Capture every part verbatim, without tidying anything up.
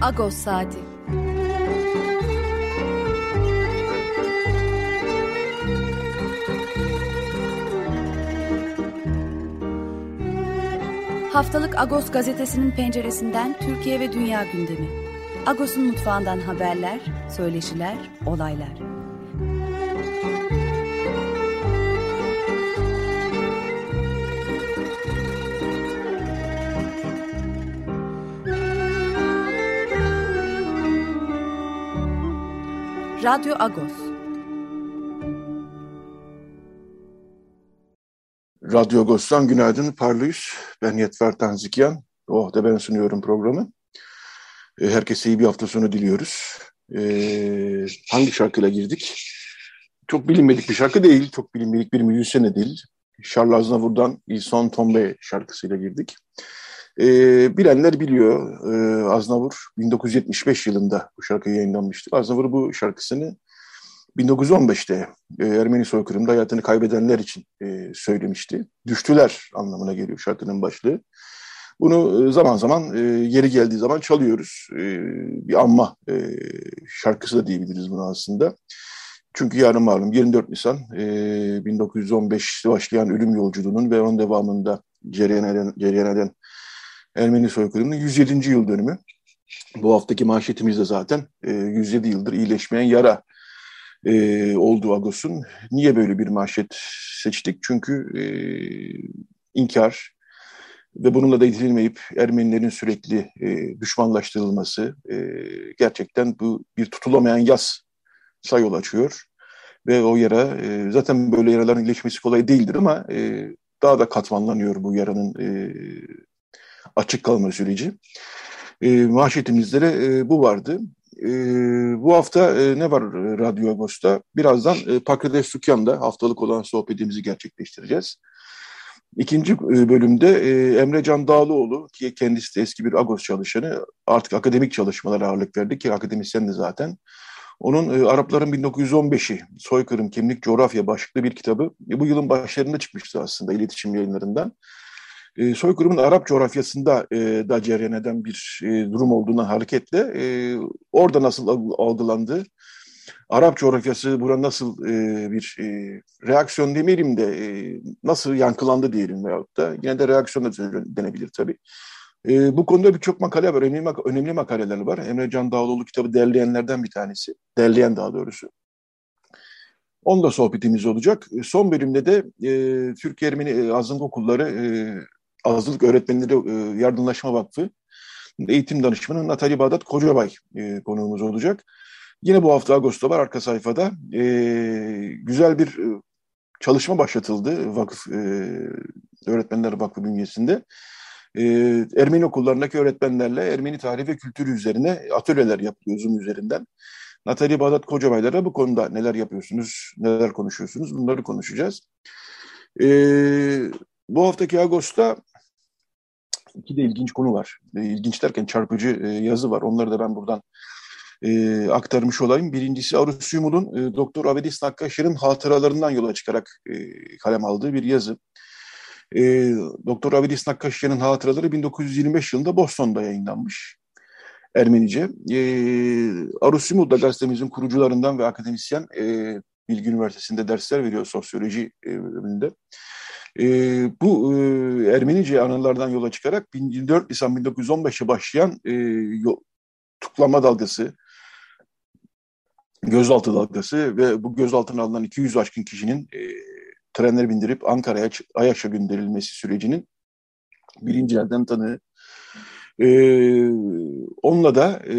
Agos Saati. Haftalık Agos gazetesinin penceresinden Türkiye ve dünya gündemi. Agos'un mutfağından haberler, söyleşiler, olaylar. Radyo Agos. Radyo Agos'tan günaydın, parlıyız. Ben Yetver Tanzikyan. Oh da ben sunuyorum programı. Herkese iyi bir hafta sonu diliyoruz. Ee, hangi şarkıyla girdik? Çok bilinmedik bir şarkı değil, çok bilinmedik bir müzisyen de değil. Charles Aznavour'dan Ils sont tombés şarkısıyla girdik. Ee, bilenler biliyor, ee, Aznavour bin dokuz yüz yetmiş beş yılında bu şarkı yayınlanmıştı. Aznavour bu şarkısını bin dokuz yüz on beşte e, Ermeni soykırımında hayatını kaybedenler için e, söylemişti. Düştüler anlamına geliyor şarkının başlığı. Bunu e, zaman zaman e, yeri geldiği zaman çalıyoruz. E, bir anma e, şarkısı da diyebiliriz buna aslında. Çünkü yarın malum yirmi dört Nisan e, bin dokuz yüz on beşte başlayan ölüm yolculuğunun ve onun devamında cereyan eden, cereyan eden Ermeni soykırımının yüz yedinci yıl dönümü. Bu haftaki manşetimiz de zaten e, yüz yedi yıldır iyileşmeyen yara e, olduğu Agos'un. Niye böyle bir manşet seçtik? Çünkü e, inkar ve bununla da yetinilmeyip Ermenilerin sürekli e, düşmanlaştırılması e, gerçekten bu bir tutulamayan yas yol açıyor. Ve o yara e, zaten böyle yaraların iyileşmesi kolay değildir ama e, daha da katmanlanıyor bu yaranın e, açık kalma süreci. E, manşetimizde de e, bu vardı. E, bu hafta e, ne var Radyo Agos'ta? Birazdan e, Pakrates Sukyan'da haftalık olan sohbetimizi gerçekleştireceğiz. İkinci e, bölümde e, Emre Can Dağlıoğlu, ki kendisi de eski bir Agos çalışanı, artık akademik çalışmalara ağırlık verdi ki akademisyen de zaten. Onun e, Arapların bin dokuz yüz on beşi, Soykırım, Kimlik, Coğrafya başlıklı bir kitabı e, bu yılın başlarında çıkmıştı aslında iletişim yayınlarından. E, soykırımın Arap coğrafyasında e, da cereyan eden bir e, durum olduğundan hareketle e, orada nasıl algılandı, Arap coğrafyası buna nasıl e, bir e, reaksiyon demeyelim de e, nasıl yankılandı diyelim veyahut da yine de reaksiyon da denebilir tabii. E, bu konuda birçok makale var, önemli, önemli makaleler var. Emre Can Dağlıoğlu kitabı derleyenlerden bir tanesi, derleyen daha doğrusu. Onunla sohbetimiz olacak. Son bölümde de e, Türkiye Ermeni Azınlık Okulları e, Azınlık Öğretmenleri e, Yardımlaşma Vakfı Eğitim Danışmanı Natalya Bağdat Kocabay e, konuğumuz olacak. Yine bu hafta Ağustos'ta var arka sayfada. E, güzel bir e, çalışma başlatıldı vakıf e, Öğretmenler Vakfı bünyesinde. E, Ermeni okullarındaki öğretmenlerle Ermeni tarihi ve kültürü üzerine atölyeler yapılıyor Zoom üzerinden. Natalya Bağdat Kocabaylar'la bu konuda neler yapıyorsunuz, neler konuşuyorsunuz, bunları konuşacağız. E, bu haftaki Ağustos'ta iki de ilginç konu var. E, ilginç derken çarpıcı e, yazı var. Onları da ben buradan e, aktarmış olayım. Birincisi Arus Yumul'un e, Doktor Avedis Nakkaşer'in hatıralarından yola çıkarak e, kalem aldığı bir yazı. E, Doktor Avedis Nakkaşer'in hatıraları bin dokuz yüz yirmi beş yılında Boston'da yayınlanmış. Ermenice. E, Arus Yumul da gazetemizin kurucularından ve akademisyen. E, Bilgi Üniversitesi'nde dersler veriyor sosyoloji e, bölümünde. E, bu e, Ermenice anılardan yola çıkarak yirmi dört Nisan bin dokuz yüz on beşe başlayan e, yo, tutuklama dalgası, gözaltı dalgası ve bu gözaltına alınan iki yüz aşkın kişinin e, trenlere bindirip Ankara'ya, Ayaş'a gönderilmesi sürecinin birinci elden tanığı. E, onunla da e,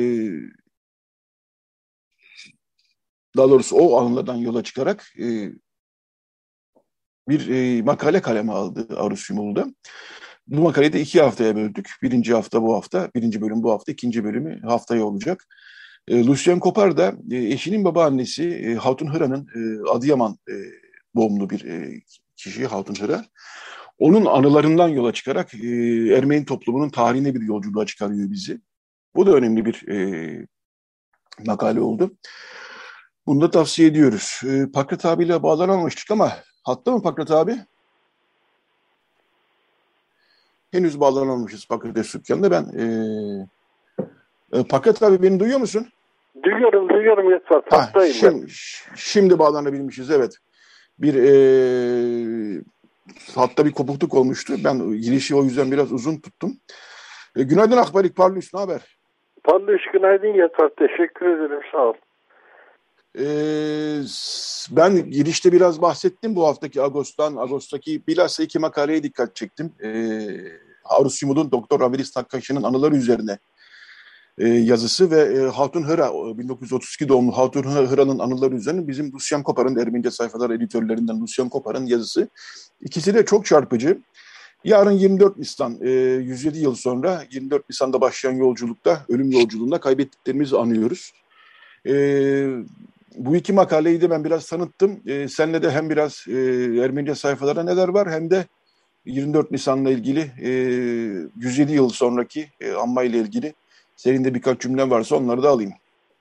daha doğrusu o anılardan yola çıkarak e, bir e, makale kaleme aldı Arus Yumul'da. Bu makaleyi de iki haftaya böldük. Birinci hafta bu hafta, birinci bölüm bu hafta, ikinci bölümü haftaya olacak. E, Lucien Kopar da e, eşinin babaannesi e, Hatun Hıra'nın e, Adıyaman e, doğumlu bir e, kişi Hatun Hıra. Onun anılarından yola çıkarak e, Ermeni toplumunun tarihine bir yolculuğa çıkarıyor bizi. Bu da önemli bir e, makale oldu. Bunu da tavsiye ediyoruz. E, Pakrat abiyle bağlanamamıştık ama hatta mı Pakrat abi? Henüz bağlanamamışız Pakrates Sukyan'da. Ben e, E, Paket abi beni duyuyor musun? Duyuyorum, duyuyorum Yetvar. Hattayım şimdi, ben. Şimdi bağlanabilmişiz, evet. Bir e, hatta bir kopukluk olmuştu. Ben girişi o yüzden biraz uzun tuttum. E, günaydın Akbarik Parlus, ne haber? Parlus, günaydın Yetvar. Teşekkür ederim, sağ ol. E, Ben girişte biraz bahsettim bu haftaki Ağustos'tan. Ağustos'taki bilhassa iki makaleye dikkat çektim. E, Harus Yumud'un Doktor Avelis Takkashi'nin anıları üzerine E, yazısı ve e, Hatun Hıra, bin dokuz yüz otuz iki doğumlu Hatun Hıra'nın anıları üzerine bizim Lucian Kopar'ın, Ermenice sayfalar editörlerinden Lucian Kopar'ın yazısı. İkisi de çok çarpıcı. Yarın yirmi dört Nisan, e, yüz yedi yıl sonra yirmi dört Nisan'da başlayan yolculukta, ölüm yolculuğunda kaybettiklerimizi anıyoruz. E, Bu iki makaleyi de ben biraz tanıttım. E, seninle de hem biraz e, Ermenice sayfalara neler var hem de yirmi dört Nisan'la ilgili e, yüz yedi yıl sonraki e, anma ile ilgili senin de birkaç cümlen varsa onları da alayım.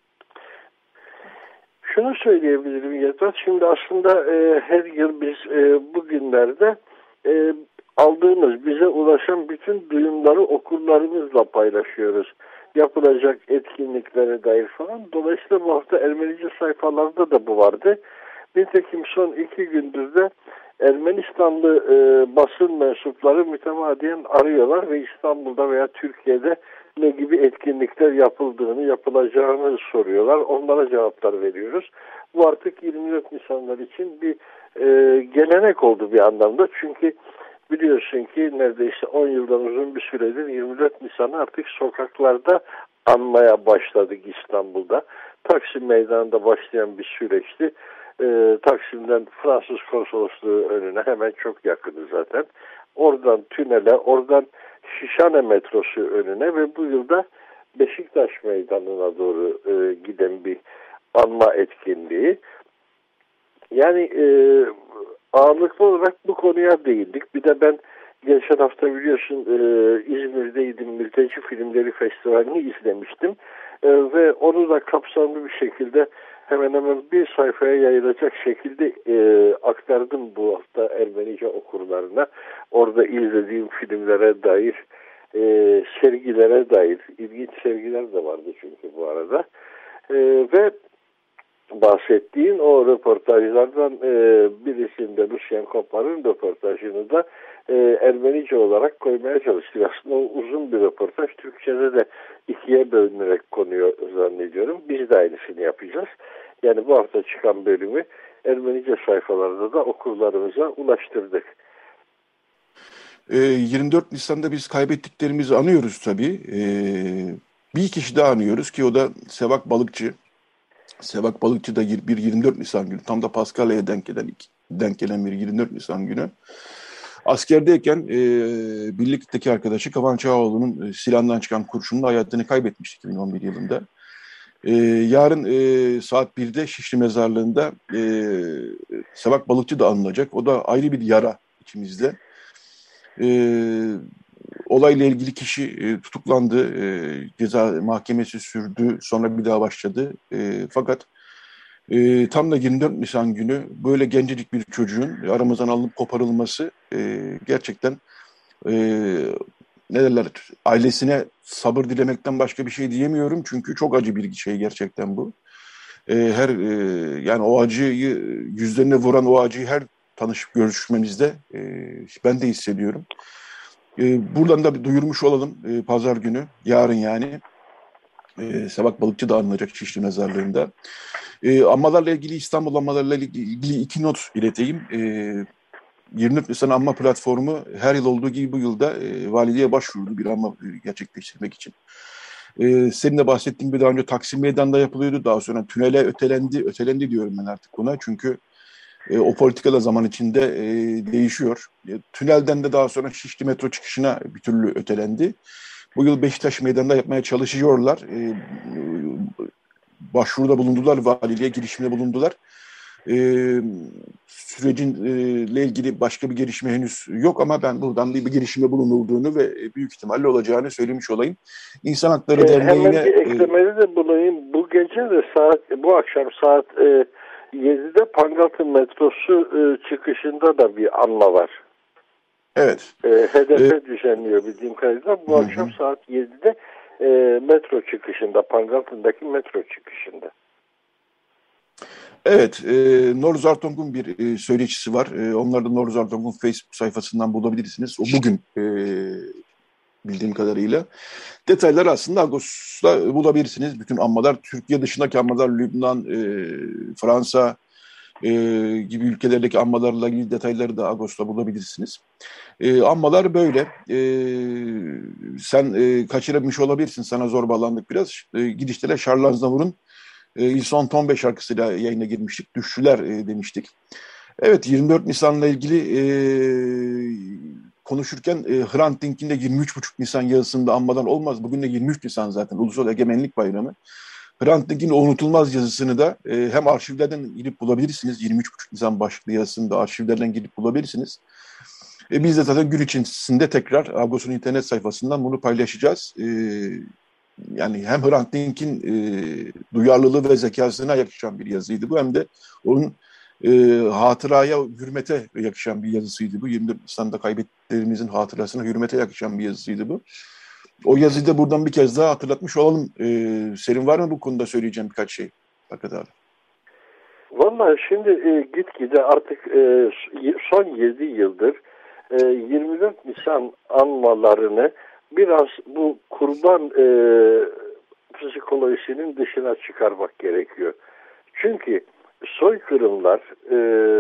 Şunu söyleyebilirim Yetvar. Şimdi aslında e, her yıl biz e, bugünlerde e, aldığımız, bize ulaşan bütün duyumları okurlarımızla paylaşıyoruz. Yapılacak etkinliklere dair falan. Dolayısıyla bu hafta Ermenice sayfalarda da bu vardı. Nitekim son iki gündür de Ermenistanlı e, basın mensupları mütemadiyen arıyorlar ve İstanbul'da veya Türkiye'de ne gibi etkinlikler yapıldığını, yapılacağını soruyorlar. Onlara cevaplar veriyoruz. Bu artık yirmi dört Nisanlar için bir e, gelenek oldu bir anlamda. Çünkü biliyorsun ki neredeyse on yıldan uzun bir süredir yirmi dört Nisan'ı artık sokaklarda anmaya başladık İstanbul'da. Taksim Meydanı'nda başlayan bir süreçti. E, Taksim'den Fransız Konsolosluğu önüne hemen çok yakınız zaten. Oradan tünele, oradan Şişhane metrosu önüne ve bu yılda Beşiktaş Meydanı'na doğru e, giden bir anma etkinliği. Yani e, ağırlıklı olarak bu konuya değindik. Bir de ben geçen hafta biliyorsun e, İzmir'deydim, Mülteci Filmleri Festivali'ni izlemiştim. E, ve onu da kapsamlı bir şekilde hemen hemen bir sayfaya yayılacak şekilde e, aktardım bu hafta Ermenice okurlarına. Orada izlediğim filmlere dair, e, sergilere dair, ilginç sergiler de vardı çünkü bu arada. E, ve bahsettiğin o röportajlardan e, birisinde Lucian Kopar'ın röportajını da e, Ermenice olarak koymaya çalıştık. Aslında o uzun bir röportaj. Türkçe'de de ikiye bölünerek konuyor zannediyorum. Biz de aynısını yapacağız. Yani bu hafta çıkan bölümü Ermenice sayfalarda da okurlarımıza ulaştırdık. E, yirmi dört Nisan'da biz kaybettiklerimizi anıyoruz tabii. E, bir kişi daha anıyoruz ki o da Sevak Balıkçı. Sevak Balıkçı da bir yirmi dört Nisan günü, tam da Paskalya'ya denk gelen, denk gelen bir yirmi dört Nisan günü. Askerdeyken e, birlikteki arkadaşı Kavan Çağoğlu'nun e, silahından çıkan kurşunla hayatını kaybetmişti iki bin on bir yılında. E, yarın e, saat birde Şişli Mezarlığı'nda e, Sevak Balıkçı da anılacak. O da ayrı bir yara içimizde. E, olayla ilgili kişi e, tutuklandı, e, ceza mahkemesi sürdü, sonra bir daha başladı. E, fakat e, tam da yirmi dört Nisan günü böyle gencecik bir çocuğun aramızdan alınıp koparılması e, gerçekten e, ne derler, ailesine sabır dilemekten başka bir şey diyemiyorum. Çünkü çok acı bir şey gerçekten bu. E, her e, yani o acıyı yüzlerine vuran o acıyı her tanışıp görüşmemizde e, ben de hissediyorum. E, buradan da duyurmuş olalım, e, pazar günü, yarın yani e, Sevak Balıkçı da anılacak Şişli Mezarlığı'nda. E, anmalarla ilgili, İstanbul anmalarla ilgili iki not ileteyim. E, yirmi dört Nisan anma platformu her yıl olduğu gibi bu yılda e, valiliğe başvurdu bir anma gerçekleştirmek için. E, senin de bahsettiğin gibi daha önce Taksim Meydanı'nda yapılıyordu. Daha sonra tünele ötelendi, ötelendi diyorum ben artık buna. Çünkü E, o politika da zaman içinde e, değişiyor. E, tünelden de daha sonra Şişli metro çıkışına bir türlü ötelendi. Bu yıl Beşiktaş Meydanı'nda yapmaya çalışıyorlar. E, başvuruda bulundular, valiliğe girişimde bulundular. E, sürecinle e, ilgili başka bir gelişme henüz yok ama ben buradan bir, bir girişimde bulunulduğunu ve büyük ihtimalle olacağını söylemiş olayım. İnsan Hakları E, Derneği'ne... Hemen bir eklemeli de bulayım. Bu gece de saat, bu akşam saat e, yedide Pangaltı metrosu e, çıkışında da bir anma var. Evet. E, H D P ee, düzenliyor bildiğim kadarıyla. Bu hı. akşam saat yedide e, metro çıkışında, Pangaltı'ndaki metro çıkışında. Evet, e, Nor Zartong'un bir e, söyleşisi var. E, onları da Nor Zartong'un Facebook sayfasından bulabilirsiniz. O bugün e, bildiğim kadarıyla. Detayları aslında Agos'ta bulabilirsiniz. Bütün anmalar, Türkiye dışındaki anmalar, Lübnan, e, Fransa e, gibi ülkelerdeki anmalarla ilgili detayları da Agos'ta bulabilirsiniz. E, anmalar böyle. E, sen e, kaçırmış olabilirsin, sana zorbalandık biraz. E, gidişlere Charles Aznavour'un e, Il Son Tombe şarkısıyla yayına girmiştik. Düştüler e, demiştik. Evet, yirmi dört Nisan'la ilgili e, konuşurken e, Hrant Dink'in de yirmi üç buçuk Nisan yazısında anmadan olmaz. Bugün de yirmi üç Nisan zaten Ulusal Egemenlik Bayramı. Hrant Dink'in o unutulmaz yazısını da e, hem arşivlerden girip bulabilirsiniz. yirmi üç buçuk Nisan başlıklı yazısını da arşivlerden girip bulabilirsiniz. E, biz de zaten gün içerisinde tekrar Agos'un internet sayfasından bunu paylaşacağız. E, yani hem Hrant Dink'in e, duyarlılığı ve zekasına yakışan bir yazıydı bu, hem de onun e, hatıraya, hürmete yakışan bir yazısıydı bu. yirmi dört Nisan'da kaybettiklerimizin hatırasına, hürmete yakışan bir yazısıydı bu. O yazıyı da buradan bir kez daha hatırlatmış olalım. E, senin var mı bu konuda söyleyeceğim birkaç şey? Fakat abi. Vallahi şimdi e, gitgide artık e, son yedi yıldır e, yirmi dört Nisan anmalarını biraz bu kurban e, psikolojisinin dışına çıkarmak gerekiyor. Çünkü soykırımlar e,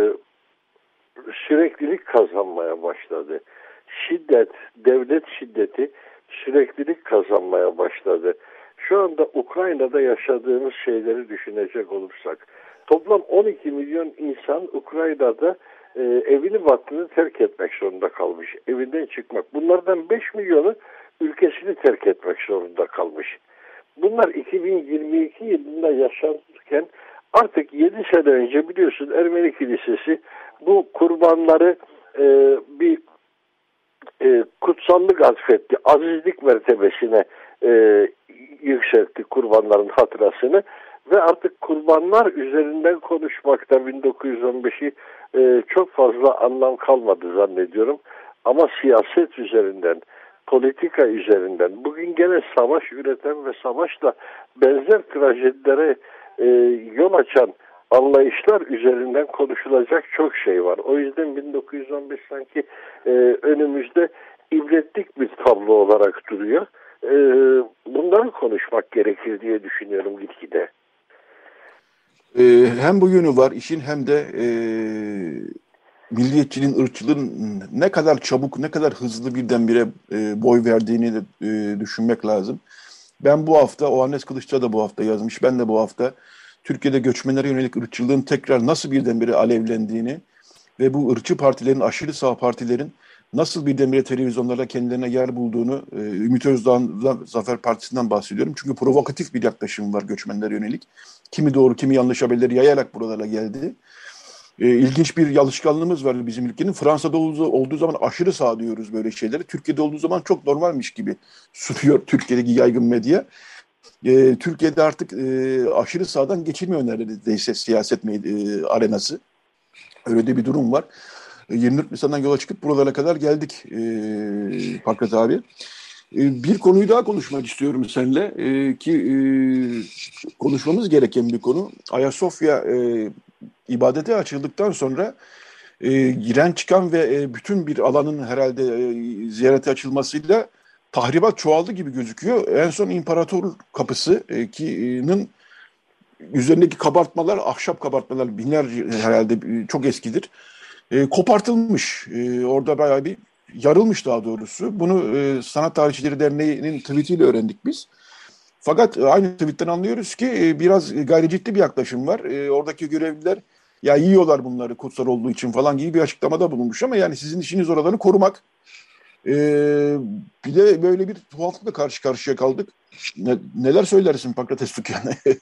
süreklilik kazanmaya başladı. Şiddet, devlet şiddeti süreklilik kazanmaya başladı. Şu anda Ukrayna'da yaşadığımız şeyleri düşünecek olursak, toplam on iki milyon insan Ukrayna'da e, evini vatanını terk etmek zorunda kalmış. Evinden çıkmak. Bunlardan beş milyonu ülkesini terk etmek zorunda kalmış. Bunlar iki bin yirmi iki yılında yaşanırken artık yedi sene önce biliyorsun Ermeni Kilisesi bu kurbanları e, bir e, kutsallık atfetti. Azizlik mertebesine e, yükseltti kurbanların hatırasını ve artık kurbanlar üzerinden konuşmakta bin dokuz yüz on beşi e, çok fazla anlam kalmadı zannediyorum. Ama siyaset üzerinden, politika üzerinden, bugün gene savaş üreten ve savaşla benzer trajedilere e, yol açan anlayışlar üzerinden konuşulacak çok şey var. O yüzden bin dokuz yüz on beş sanki e, önümüzde ibretlik bir tablo olarak duruyor. E, bunları konuşmak gerekir diye düşünüyorum gitgide. Ee, hem bu yönü var işin, hem de e, milliyetçiliğin, ırkçılığın ne kadar çabuk, ne kadar hızlı birdenbire e, boy verdiğini de e, düşünmek lazım. Ben bu hafta, Ohannes Kılıçça da bu hafta yazmış, ben de bu hafta Türkiye'de göçmenlere yönelik ırkçılığın tekrar nasıl birdenbire alevlendiğini ve bu ırkçı partilerin, aşırı sağ partilerin nasıl birdenbire televizyonlarda kendilerine yer bulduğunu, e, Ümit Özdağ'ın Zafer Partisi'nden bahsediyorum. Çünkü provokatif bir yaklaşım var göçmenlere yönelik. Kimi doğru, kimi yanlış haberleri yayarak buralara geldi. E, ilginç bir alışkanlığımız var bizim ülkenin. Fransa'da olduğu, olduğu zaman aşırı sağ diyoruz böyle şeyleri. Türkiye'de olduğu zaman çok normalmiş gibi sunuyor Türkiye'deki yaygın medya. E, Türkiye'de artık e, aşırı sağdan geçilmiyor neredeyse siyaset e, arenası. Öyle de bir durum var. yirmi dört Nisan'dan yola çıkıp buralara kadar geldik e, Fakat abi. E, bir konuyu daha konuşmak istiyorum seninle e, ki e, konuşmamız gereken bir konu. Ayasofya e, ibadete açıldıktan sonra e, giren çıkan ve e, bütün bir alanın herhalde e, ziyarete açılmasıyla tahribat çoğaldı gibi gözüküyor. En son İmparator Kapısı e, ki'nin üzerindeki kabartmalar, ahşap kabartmalar, binlerce herhalde e, çok eskidir. E, kopartılmış. E, orada bayağı bir yarılmış daha doğrusu. Bunu e, Sanat Tarihçileri Derneği'nin tweetiyle öğrendik biz. Fakat e, aynı tweetten anlıyoruz ki e, biraz gayri ciddi bir yaklaşım var. E, oradaki görevliler ya yiyorlar bunları kutsal olduğu için falan gibi bir açıklamada bulunmuş, ama yani sizin işiniz oraları korumak. E, bir de böyle bir tuhaflıkla karşı karşıya kaldık. Ne, neler söylersin Pakrates Tukyan?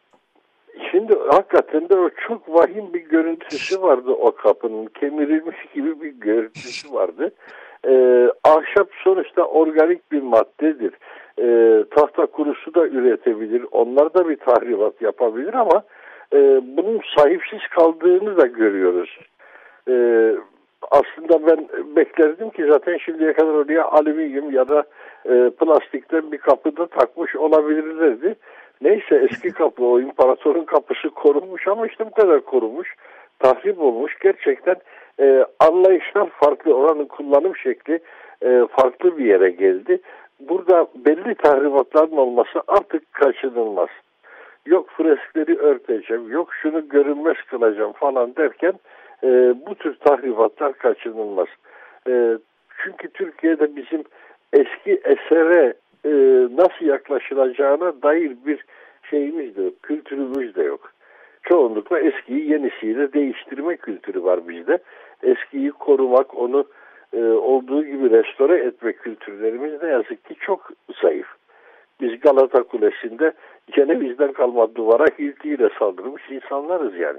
Şimdi hakikaten de o çok vahim bir görüntüsü vardı o kapının. Kemirilmiş gibi bir görüntüsü vardı. Ee, ahşap sonuçta organik bir maddedir. Ee, tahta kurusu da üretebilir. Onlar da bir tahribat yapabilir ama e, bunun sahipsiz kaldığını da görüyoruz. Ee, aslında ben beklerdim ki zaten şimdiye kadar oraya alüminyum ya da e, plastikten bir kapı da takmış olabilirlerdi. Neyse eski kapı, o imparatorun kapısı korunmuş ama işte bu kadar korunmuş. Tahrip olmuş. Gerçekten e, anlayışlar farklı. Oranın kullanım şekli e, farklı bir yere geldi. Burada belli tahribatların olması artık kaçınılmaz. Yok freskleri örteceğim, yok şunu görünmez kılacağım falan derken e, bu tür tahribatlar kaçınılmaz. E, çünkü Türkiye'de bizim eski esere e, nasıl yaklaşılacağına dair bir şeyimiz de yok, kültürümüz de yok. Çoğunlukla eskiyi yenisiyle değiştirme kültürü var bizde. Eskiyi korumak, onu e, olduğu gibi restore etme kültürlerimiz ne yazık ki çok zayıf. Biz Galata Kulesi'nde Ceneviz'den kalma duvara hiltiyle saldırmış insanlarız yani.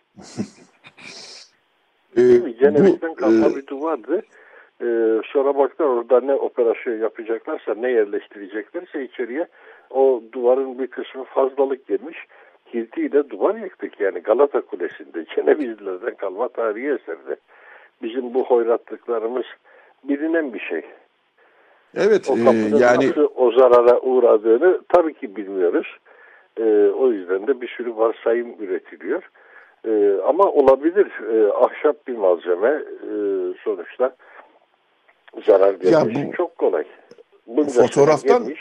Değil mi? Ceneviz'den kalma bir duvardı. Ee, sonra baktılar orada ne operasyon yapacaklarsa, ne yerleştireceklerse içeriye o duvarın bir kısmı fazlalık gelmiş. Hiltiyle duvar yıktık yani Galata Kulesi'nde. Cenevizlilerden kalma tarihi eserde. Bizim bu hoyratlıklarımız bilinen bir şey. Evet, o kapının e, yani nasıl o zarara uğradığını tabii ki bilmiyoruz. E, o yüzden de bir sürü varsayım üretiliyor. E, ama olabilir. E, ahşap bir malzeme e, sonuçta zarar gelmesi ya bu çok kolay. Bunca fotoğraftan gelmiş.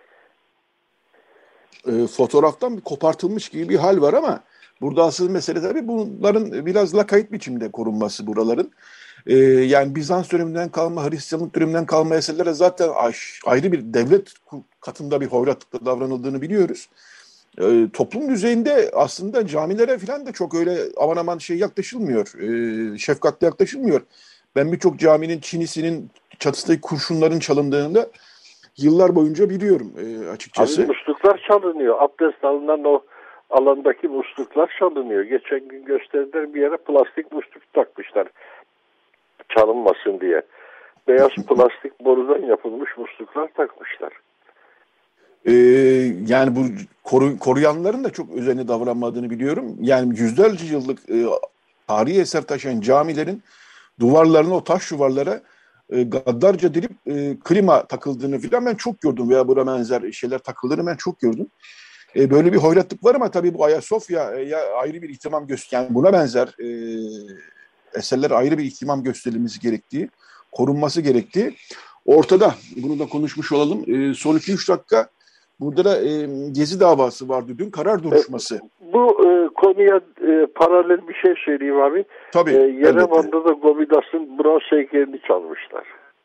e, fotoğraftan bir kopartılmış gibi bir hal var ama burada asıl mesele tabii bunların biraz lakayt biçimde korunması buraların. E, yani Bizans döneminden kalma, Hristiyanlık döneminden kalma eserlere zaten ayrı bir devlet katında bir hoyratlıkla davranıldığını biliyoruz. E, toplum düzeyinde aslında camilere falan da çok öyle aman aman şey yaklaşılmıyor. E, şefkatli yaklaşılmıyor. Ben birçok caminin çinisinin çatısındaki kurşunların çalındığını yıllar boyunca biliyorum e, açıkçası. Abi musluklar çalınıyor. Abdest alınan o alandaki musluklar çalınıyor. Geçen gün gösterdiler, bir yere plastik musluk takmışlar. Çalınmasın diye. Beyaz plastik borudan yapılmış musluklar takmışlar. Ee, yani bu koru, koruyanların da çok özenli davranmadığını biliyorum. Yani yüzlerce yıllık e, tarihi eser taşıyan camilerin duvarlarına, o taş duvarlara e, gaddarca dilip e, klima takıldığını filan ben çok gördüm veya buna benzer şeyler takıldığını ben çok gördüm. E, böyle bir hoyratlık var ama tabii bu Ayasofya'ya ayrı bir ihtimam göster, yani buna benzer e, eserlere ayrı bir ihtimam gösterilmesi gerektiği, korunması gerektiği ortada. Bunu da konuşmuş olalım. E, son iki üç dakika burada da e, Gezi davası vardı dün, karar duruşması. Bu e, konuya e, paralel bir şey söyleyeyim abi. Tabii. E, Yerevan'da da Gomidas'ın bronz heykelini çalmışlar.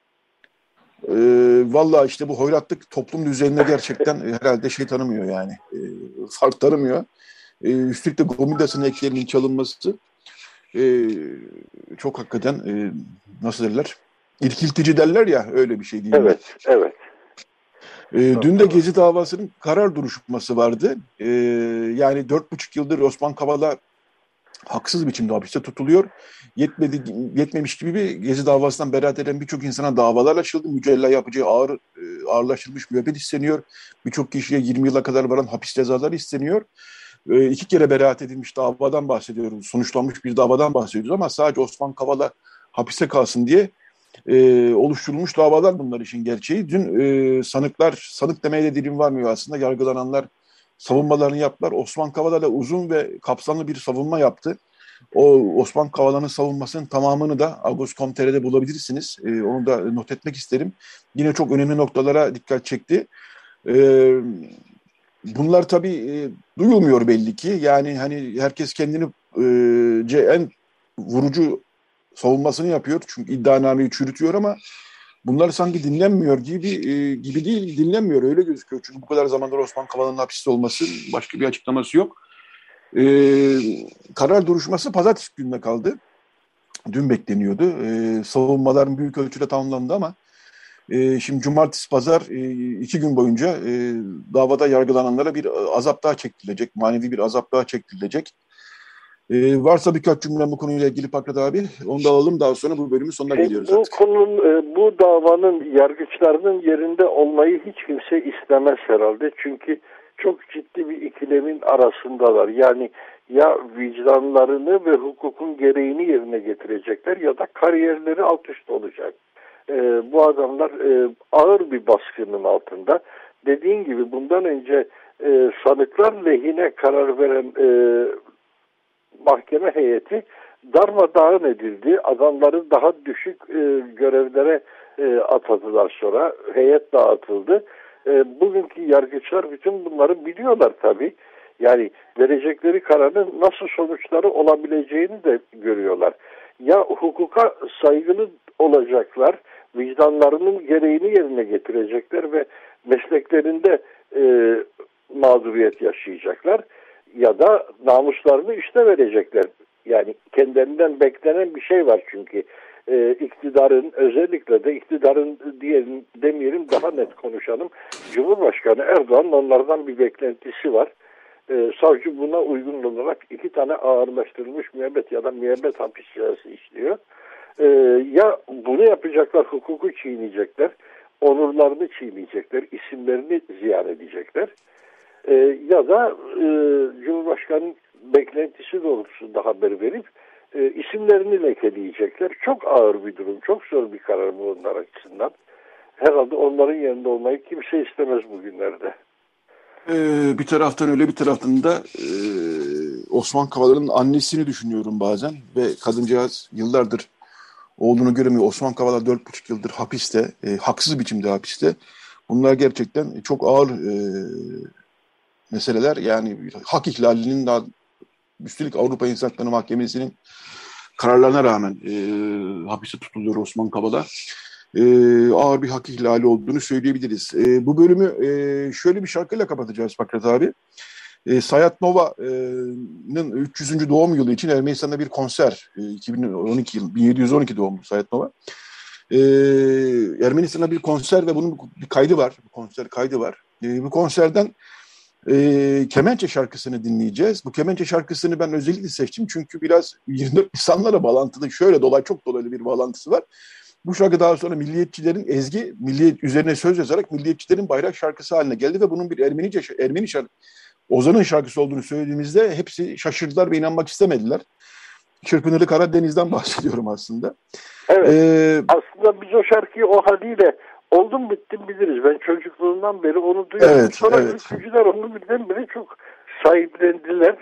E, Valla işte bu hoyratlık toplum düzenine gerçekten e, herhalde şey tanımıyor yani. E, fark tanımıyor. E, üstelik de Gomidas'ın heykelinin çalınması e, çok hakikaten e, nasıl derler? İrkiltici derler ya, öyle bir şey değil mi? Evet, evet. E, dün de Gezi davasının karar duruşması vardı. E, yani dört buçuk yıldır Osman Kavala haksız biçimde hapiste tutuluyor. Yetmedi, yetmemiş gibi bir Gezi davasından beraat eden birçok insana davalar açıldı. Mücella yapacağı ağır, ağırlaştırılmış müebbet isteniyor. Birçok kişiye yirmi yıla kadar varan hapis cezaları isteniyor. E, iki kere beraat edilmiş davadan bahsediyoruz. Sonuçlanmış bir davadan bahsediyoruz ama sadece Osman Kavala hapiste kalsın diye e, oluşturulmuş davalar bunlar işin gerçeği. Dün e, sanıklar, sanık demeye de dilim varmıyor aslında, yargılananlar savunmalarını yaptılar. Osman Kavala uzun ve kapsamlı bir savunma yaptı. O Osman Kavala'nın savunmasının tamamını da agos nokta com nokta tr'de bulabilirsiniz. E, onu da not etmek isterim. Yine çok önemli noktalara dikkat çekti. E, bunlar tabii e, duyulmuyor belli ki. Yani hani herkes kendini e, en vurucu savunmasını yapıyor. Çünkü iddianameyi çürütüyor ama bunlar sanki dinlenmiyor gibi e, gibi değil, dinlenmiyor, öyle gözüküyor. Çünkü bu kadar zamandır Osman Kavala'nın hapiste olması, başka bir açıklaması yok. E, karar duruşması pazartesi gününe kaldı. Dün bekleniyordu. E, savunmaların büyük ölçüde tamamlandı ama e, şimdi cumartesi pazar e, iki gün boyunca e, davada yargılananlara bir azap daha çektirilecek. Manevi bir azap daha çektirilecek. Ee, varsa birkaç cümle bu konuyla ilgili Pakrat abi, onu da alalım, daha sonra bu bölümün sonuna geliyoruz bu artık. Konunun, bu davanın yargıçlarının yerinde olmayı hiç kimse istemez herhalde. Çünkü çok ciddi bir ikilemin arasındalar. Yani ya vicdanlarını ve hukukun gereğini yerine getirecekler ya da kariyerleri alt üst olacak. E, bu adamlar e, ağır bir baskının altında. Dediğin gibi bundan önce e, sanıklar lehine karar veren e, mahkeme heyeti darmadağın edildi. Adamları daha düşük e, görevlere e, atadılar sonra. Heyet dağıtıldı. E, bugünkü yargıçlar bütün bunları biliyorlar tabii. Yani verecekleri kararın nasıl sonuçları olabileceğini de görüyorlar. Ya hukuka saygılı olacaklar, vicdanlarının gereğini yerine getirecekler ve mesleklerinde e, mağduriyet yaşayacaklar ya da namuslarını üste verecekler. Yani kendilerinden beklenen bir şey var çünkü e, iktidarın, özellikle de iktidarın diyelim, demeyelim daha net konuşalım, Cumhurbaşkanı Erdoğan'ın onlardan bir beklentisi var. E, savcı buna uygun olarak iki tane ağırlaştırılmış müebbet ya da müebbet hapis cezası işliyor. E, ya bunu yapacaklar, hukuku çiğneyecekler, onurlarını çiğneyecekler, isimlerini ziyan edecekler. E, ya da e, Cumhurbaşkanı'nın beklentisi doğrultusunda haber verip e, isimlerini lekeleyecekler. Çok ağır bir durum, çok zor bir karar bu onlar açısından. Herhalde onların yanında olmayı kimse istemez bugünlerde. Ee, bir taraftan öyle, bir taraftan da e, Osman Kavala'nın annesini düşünüyorum bazen ve kadıncağız yıllardır oğlunu göremiyor. Osman Kavala dört buçuk yıldır hapiste, e, haksız biçimde hapiste. Bunlar gerçekten çok ağır e, meseleler. Yani hak ihlalinin daha üstelik Avrupa İnsan Hakları Mahkemesi'nin kararlarına rağmen e, hapiste tutuluyor Osman Kavala. E, ağır bir hak ihlali olduğunu söyleyebiliriz. E, bu bölümü e, şöyle bir şarkıyla kapatacağız Fakret abi. E, Sayat Nova'nın üç yüzüncü doğum yılı için Ermenistan'da bir konser. E, iki bin on iki yıl, bin yedi yüz on iki doğumlu Sayat Nova. E, Ermenistan'da bir konser ve bunun bir kaydı var. Bir konser kaydı var. E, bu konserden e, Kemençe şarkısını dinleyeceğiz. Bu Kemençe şarkısını ben özellikle seçtim çünkü biraz yirmi dört Nisan'lara bağlantılı, şöyle dolay çok dolaylı bir bağlantısı var. Bu şarkı daha sonra milliyetçilerin ezgi, milliyet üzerine söz yazarak milliyetçilerin bayrak şarkısı haline geldi ve bunun bir Ermenice, Ermeni şarkı, Ozan'ın şarkısı olduğunu söylediğimizde hepsi şaşırdılar ve inanmak istemediler. Çırpınırlı Karadeniz'den bahsediyorum aslında. Evet. Ee, aslında biz o şarkıyı o haliyle oldum bittim biliriz. Ben çocukluğumdan beri onu duyuyorum. Evet, Sonra evet. ülkücüler onu birdenbire çok sahiplendiler.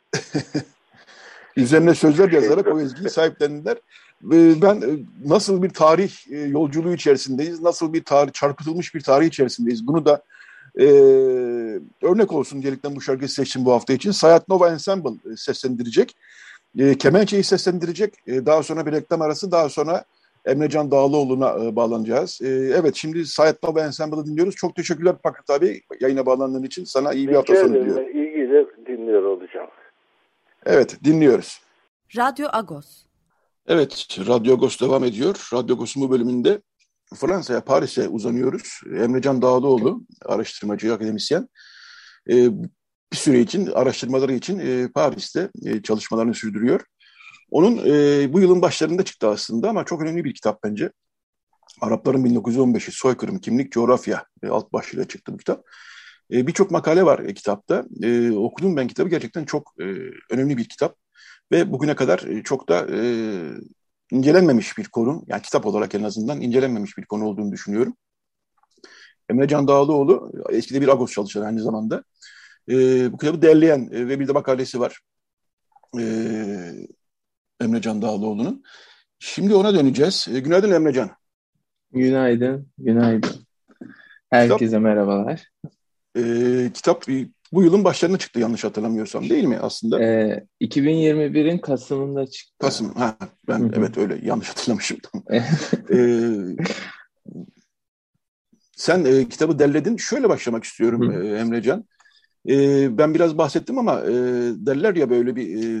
Üzerine sözler yazarak o ezgiyi sahiplendiler. Ben nasıl bir tarih yolculuğu içerisindeyiz, nasıl bir tarih, çarpıtılmış bir tarih içerisindeyiz. Bunu da e, örnek olsun diyerekten bu şarkıyı seçtim bu hafta için. Sayat Nova Ensemble seslendirecek. E, Kemençe'yi seslendirecek. E, daha sonra bir reklam arası, daha sonra Emrecan Dağlıoğlu'na e, bağlanacağız. E, evet, şimdi Sayat Nova Ensemble'ı dinliyoruz. Çok teşekkürler Fakret abi yayına bağlandığın için. Sana iyi bir hafta sonu diliyorum. İlgiyle dinliyor olacağım. Evet, dinliyoruz. Radyo Agos. Evet, Radyo Agos devam ediyor. Radyo Agos'un bu bölümünde Fransa'ya, Paris'e uzanıyoruz. Emrecan Dağlıoğlu, araştırmacı, akademisyen. E, bir süre için, araştırmaları için e, Paris'te e, çalışmalarını sürdürüyor. Onun e, bu yılın başlarında çıktı aslında ama çok önemli bir kitap bence. Arapların bin dokuz yüz on beşi, Soykırım, Kimlik, Coğrafya e, alt başlığıyla çıktı bu kitap. E, Birçok makale var e, kitapta. E, okudum ben kitabı, gerçekten çok e, önemli bir kitap. Ve bugüne kadar çok da e, incelenmemiş bir konu, yani kitap olarak en azından incelenmemiş bir konu olduğunu düşünüyorum. Emrecan Dağlıoğlu eskide bir Agos çalışanı aynı zamanda. E, bu kitabı derleyen e, ve bir de makalesi var e, Emrecan Dağlıoğlu'nun. Şimdi ona döneceğiz. E, günaydın Emrecan. Günaydın, günaydın. Herkese kitap, merhabalar. E, kitap bu yılın başlarına çıktı yanlış hatırlamıyorsam, değil mi aslında? Ee, iki bin yirmi birin Kasım'ında çıktı. Kasım, ha ben Hı-hı. evet öyle yanlış hatırlamışım. ee, sen e, kitabı derledin. Şöyle başlamak istiyorum e, Emrecan. E, ben biraz bahsettim ama e, derler ya böyle bir e,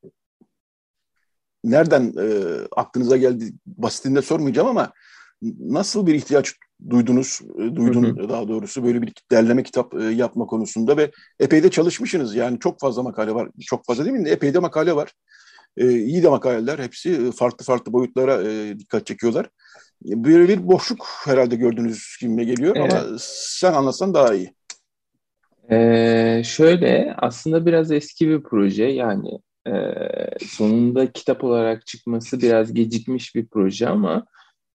nereden e, aklınıza geldi basitinde sormayacağım ama nasıl bir ihtiyaç duydunuz, e, duydun hı hı. daha doğrusu böyle bir derleme kitap e, yapma konusunda ve epey de çalışmışsınız. Yani çok fazla makale var. Çok fazla değil mi? Epey de makale var. E, iyi de makaleler. Hepsi farklı farklı boyutlara e, dikkat çekiyorlar. Böyle bir boşluk herhalde gördüğünüz gibi geliyor evet. Ama sen anlatsan daha iyi. Ee, şöyle aslında biraz eski bir proje. Yani e, sonunda kitap olarak çıkması biraz gecikmiş bir proje ama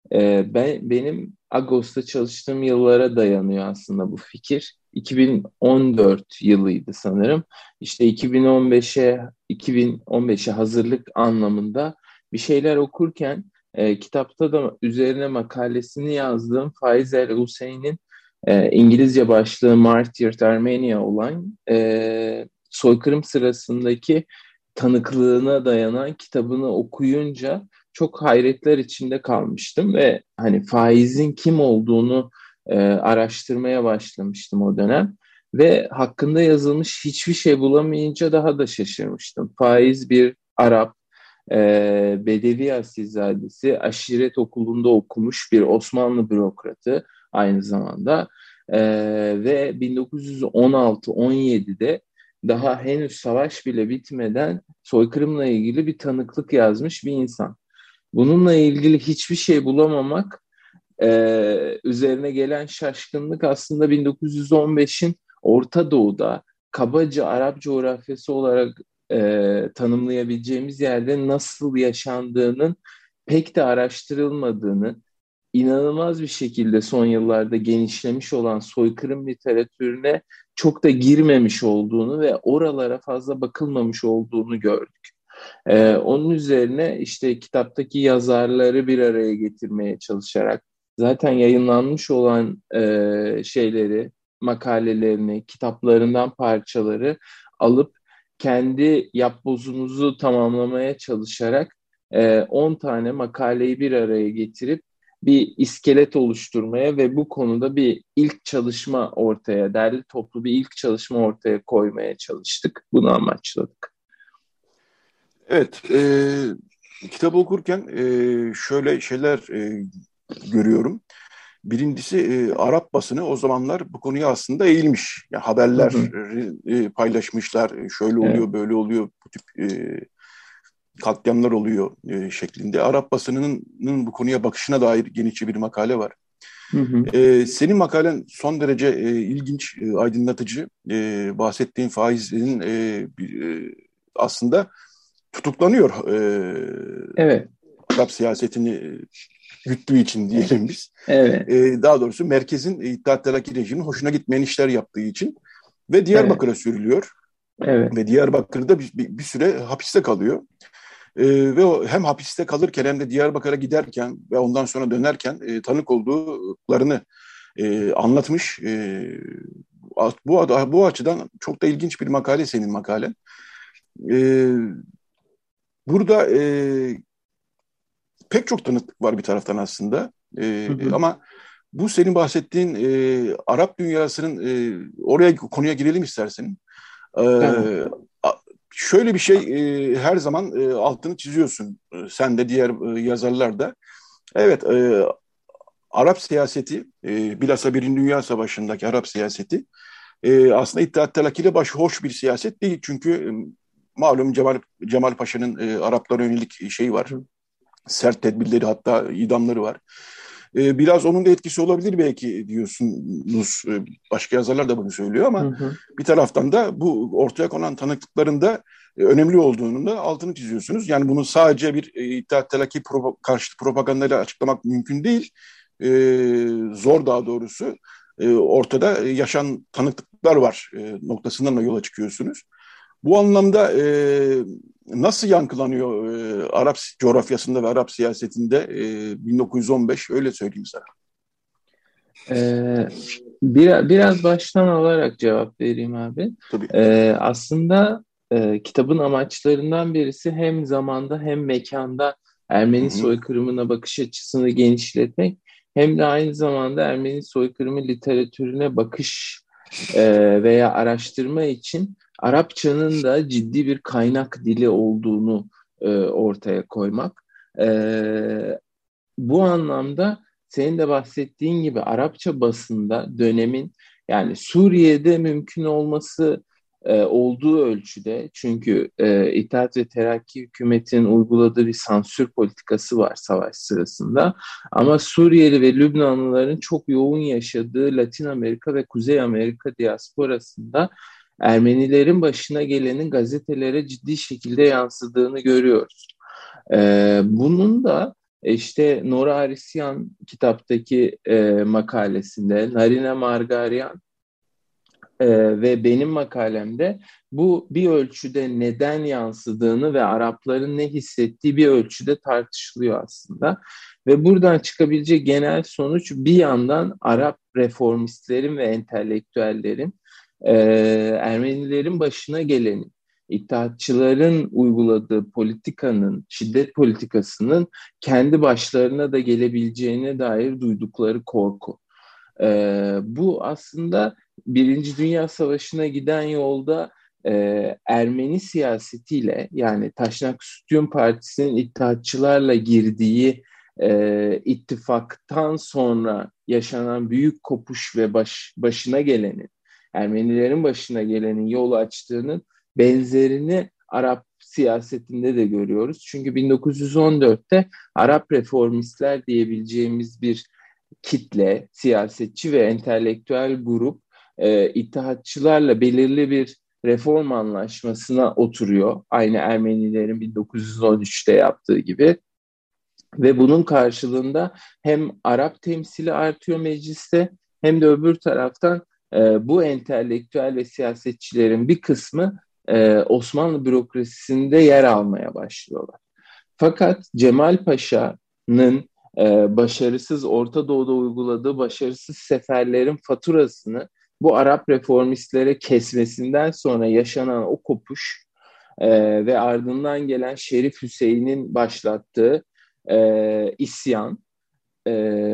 e, ben benim Agos'ta çalıştığım yıllara dayanıyor aslında bu fikir. iki bin on dört yılıydı sanırım. İşte iki bin on beşe iki bin on beşe hazırlık anlamında bir şeyler okurken e, kitapta da üzerine makalesini yazdığım Faiz El-Husein'in e, İngilizce başlığı Martyred Armenia olan e, soykırım sırasındaki tanıklığına dayanan kitabını okuyunca çok hayretler içinde kalmıştım ve hani faizin kim olduğunu e, araştırmaya başlamıştım o dönem ve hakkında yazılmış hiçbir şey bulamayınca daha da şaşırmıştım. Faiz bir Arap, e, Bedevi asilzadesi, aşiret okulunda okumuş bir Osmanlı bürokratı aynı zamanda e, ve bin dokuz yüz on altı on yedide daha henüz savaş bile bitmeden soykırımla ilgili bir tanıklık yazmış bir insan. Bununla ilgili hiçbir şey bulamamak, e, üzerine gelen şaşkınlık aslında bin dokuz yüz on beşin Orta Doğu'da kabaca Arap coğrafyası olarak e, tanımlayabileceğimiz yerde nasıl yaşandığının pek de araştırılmadığını, inanılmaz bir şekilde son yıllarda genişlemiş olan soykırım literatürüne çok da girmemiş olduğunu ve oralara fazla bakılmamış olduğunu gördük. Ee, onun üzerine işte kitaptaki yazarları bir araya getirmeye çalışarak zaten yayınlanmış olan e, şeyleri, makalelerini, kitaplarından parçaları alıp kendi yapbozumuzu tamamlamaya çalışarak e, on tane makaleyi bir araya getirip bir iskelet oluşturmaya ve bu konuda bir ilk çalışma ortaya, derli toplu bir ilk çalışma ortaya koymaya çalıştık. Bunu amaçladık. Evet, e, kitabı okurken e, şöyle şeyler e, görüyorum. Birincisi e, Arap basını o zamanlar bu konuya aslında eğilmiş. Yani haberler Hı hı. e, paylaşmışlar. E, Şöyle Evet. oluyor, böyle oluyor. Bu tip e, katliamlar oluyor e, şeklinde. Arap basınının bu konuya bakışına dair genişçe bir makale var. Hı hı. E, senin makalen son derece e, ilginç, e, aydınlatıcı. E, bahsettiğin faizlerin e, bir, e, aslında tutuklanıyor. E, Evet. Arap siyasetini güttüğü için diyelim biz. Evet. E, daha doğrusu merkezin İttihat Terakki rejiminin hoşuna gitmeyen işler yaptığı için ve Diyarbakır'a Evet. sürülüyor. Evet. Ve Diyarbakır'da bir, bir, bir süre hapiste kalıyor. E, ve o hem hapiste kalırken hem de Diyarbakır'a giderken ve ondan sonra dönerken e, tanık olduklarını e, anlatmış. E, bu, bu açıdan çok da ilginç bir makale senin makalen. E, burada e, pek çok tanıklık var bir taraftan aslında. E, Hı hı. ama bu senin bahsettiğin e, Arap dünyasının e, oraya konuya girelim istersen. E, Tamam. şöyle bir şey e, her zaman e, altını çiziyorsun. E, sen de diğer e, yazarlar da. Evet, e, Arap siyaseti, e, bilhassa Birinci Dünya Savaşı'ndaki Arap siyaseti e, aslında İttihat Terakki ile başhoş bir siyaset değil. Çünkü e, malum Cemal, Cemal Paşa'nın e, Araplara yönelik şeyi var. Hı Sert tedbirleri, hatta idamları var. E, biraz onun da etkisi olabilir belki diyorsunuz. E, başka yazarlar da bunu söylüyor ama hı. bir taraftan da bu ortaya konan tanıklıkların da e, önemli olduğunu da altını çiziyorsunuz. Yani bunu sadece bir e, İttihat Terakki pro, karşıtı propagandayla açıklamak mümkün değil. E, zor daha doğrusu. E, ortada yaşanan tanıklıklar var e, noktasından da yola çıkıyorsunuz. Bu anlamda e, nasıl yankılanıyor e, Arap coğrafyasında ve Arap siyasetinde e, bin dokuz yüz on beş, öyle söyleyeyim sana. Ee, bir, biraz baştan alarak cevap vereyim abi. Tabii. Ee, aslında e, kitabın amaçlarından birisi hem zamanda hem mekanda Hı Ermeni hı. soykırımına bakış açısını genişletmek hem de aynı zamanda Ermeni soykırımı literatürüne bakış e, veya araştırma için Arapçanın da ciddi bir kaynak dili olduğunu e, ortaya koymak. E, bu anlamda senin de bahsettiğin gibi Arapça basında dönemin, yani Suriye'de mümkün olması e, olduğu ölçüde, çünkü e, İttihat ve Terakki hükümetinin uyguladığı bir sansür politikası var savaş sırasında. Ama Suriyeli ve Lübnanlıların çok yoğun yaşadığı Latin Amerika ve Kuzey Amerika diasporasında Ermenilerin başına gelenin gazetelere ciddi şekilde yansıdığını görüyoruz. E, bunun da E işte Nora Arisyan kitaptaki e, makalesinde, Narina Margaryan Ee, ve benim makalemde bu bir ölçüde neden yansıdığını ve Arapların ne hissettiği bir ölçüde tartışılıyor aslında. Ve buradan çıkabilecek genel sonuç bir yandan Arap reformistlerin ve entelektüellerin e, Ermenilerin başına geleni, İttihatçıların uyguladığı politikanın, şiddet politikasının kendi başlarına da gelebileceğine dair duydukları korku. Ee, bu aslında Birinci Dünya Savaşı'na giden yolda e, Ermeni siyasetiyle, yani Taşnak-Sütyun Partisi'nin İttihatçılarla girdiği e, ittifaktan sonra yaşanan büyük kopuş ve baş, başına gelenin, Ermenilerin başına gelenin yol açtığının benzerini Arap siyasetinde de görüyoruz. Çünkü bin dokuz yüz on dörtte Arap reformistler diyebileceğimiz bir kitle, siyasetçi ve entelektüel grup e, İttihatçılarla belirli bir reform anlaşmasına oturuyor. Aynı Ermenilerin bin dokuz yüz on üçte yaptığı gibi. Ve bunun karşılığında hem Arap temsili artıyor mecliste, hem de öbür taraftan e, bu entelektüel ve siyasetçilerin bir kısmı e, Osmanlı bürokrasisinde yer almaya başlıyorlar. Fakat Cemal Paşa'nın Ee, başarısız Orta Doğu'da uyguladığı başarısız seferlerin faturasını bu Arap reformistlere kesmesinden sonra yaşanan o kopuş e, ve ardından gelen Şerif Hüseyin'in başlattığı e, isyan e,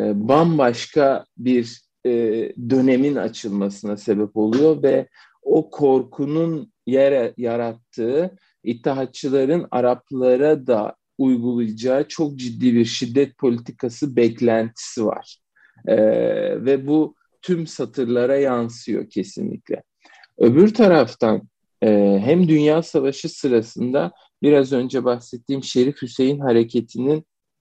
bambaşka bir e, dönemin açılmasına sebep oluyor ve o korkunun yere yarattığı İttihatçıların Araplara da uygulayacağı çok ciddi bir şiddet politikası beklentisi var. Ee, ve bu tüm satırlara yansıyor kesinlikle. Öbür taraftan e, hem Dünya Savaşı sırasında biraz önce bahsettiğim Şerif Hüseyin hareketinin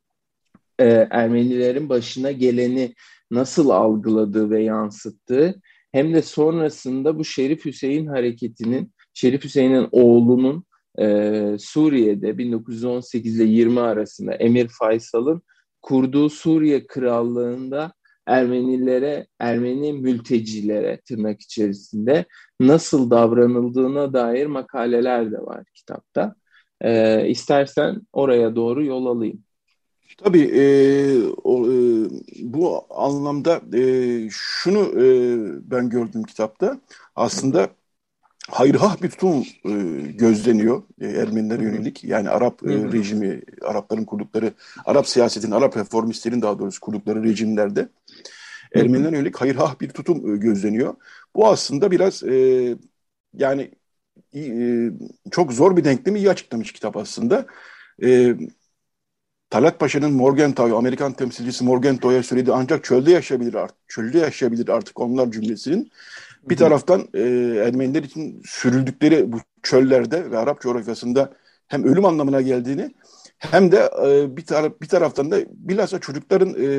e, Ermenilerin başına geleni nasıl algıladığı ve yansıttığı, hem de sonrasında bu Şerif Hüseyin hareketinin, Şerif Hüseyin'in oğlunun Ee, Suriye'de bin dokuz yüz on sekiz ile yirmi arasında Emir Faysal'ın kurduğu Suriye Krallığı'nda Ermenilere, Ermeni mültecilere tırnak içerisinde nasıl davranıldığına dair makaleler de var kitapta. Ee, istersen oraya doğru yol alayım. Tabii e, o, e, bu anlamda e, şunu e, ben gördüm kitapta. Aslında hayırhah bir tutum e, gözleniyor e, Ermenilere yönelik. Yani Arap e, rejimi, Arapların kurdukları, Arap siyasetin, Arap reformistlerin daha doğrusu kurdukları rejimlerde Ermenilere yönelik hayırhah bir tutum e, gözleniyor. Bu aslında biraz e, yani e, çok zor bir denklemi iyi açıklamış kitap aslında. E, Talat Paşa'nın Morgenthau, Amerikan temsilcisi Morgenthau'ya söylediği ancak çölde yaşayabilir artık, çölde yaşayabilir artık onlar cümlesinin bir taraftan e, Ermeniler için sürüldükleri bu çöllerde ve Arap coğrafyasında hem ölüm anlamına geldiğini hem de e, bir, tar- bir taraftan da bilhassa çocukların e,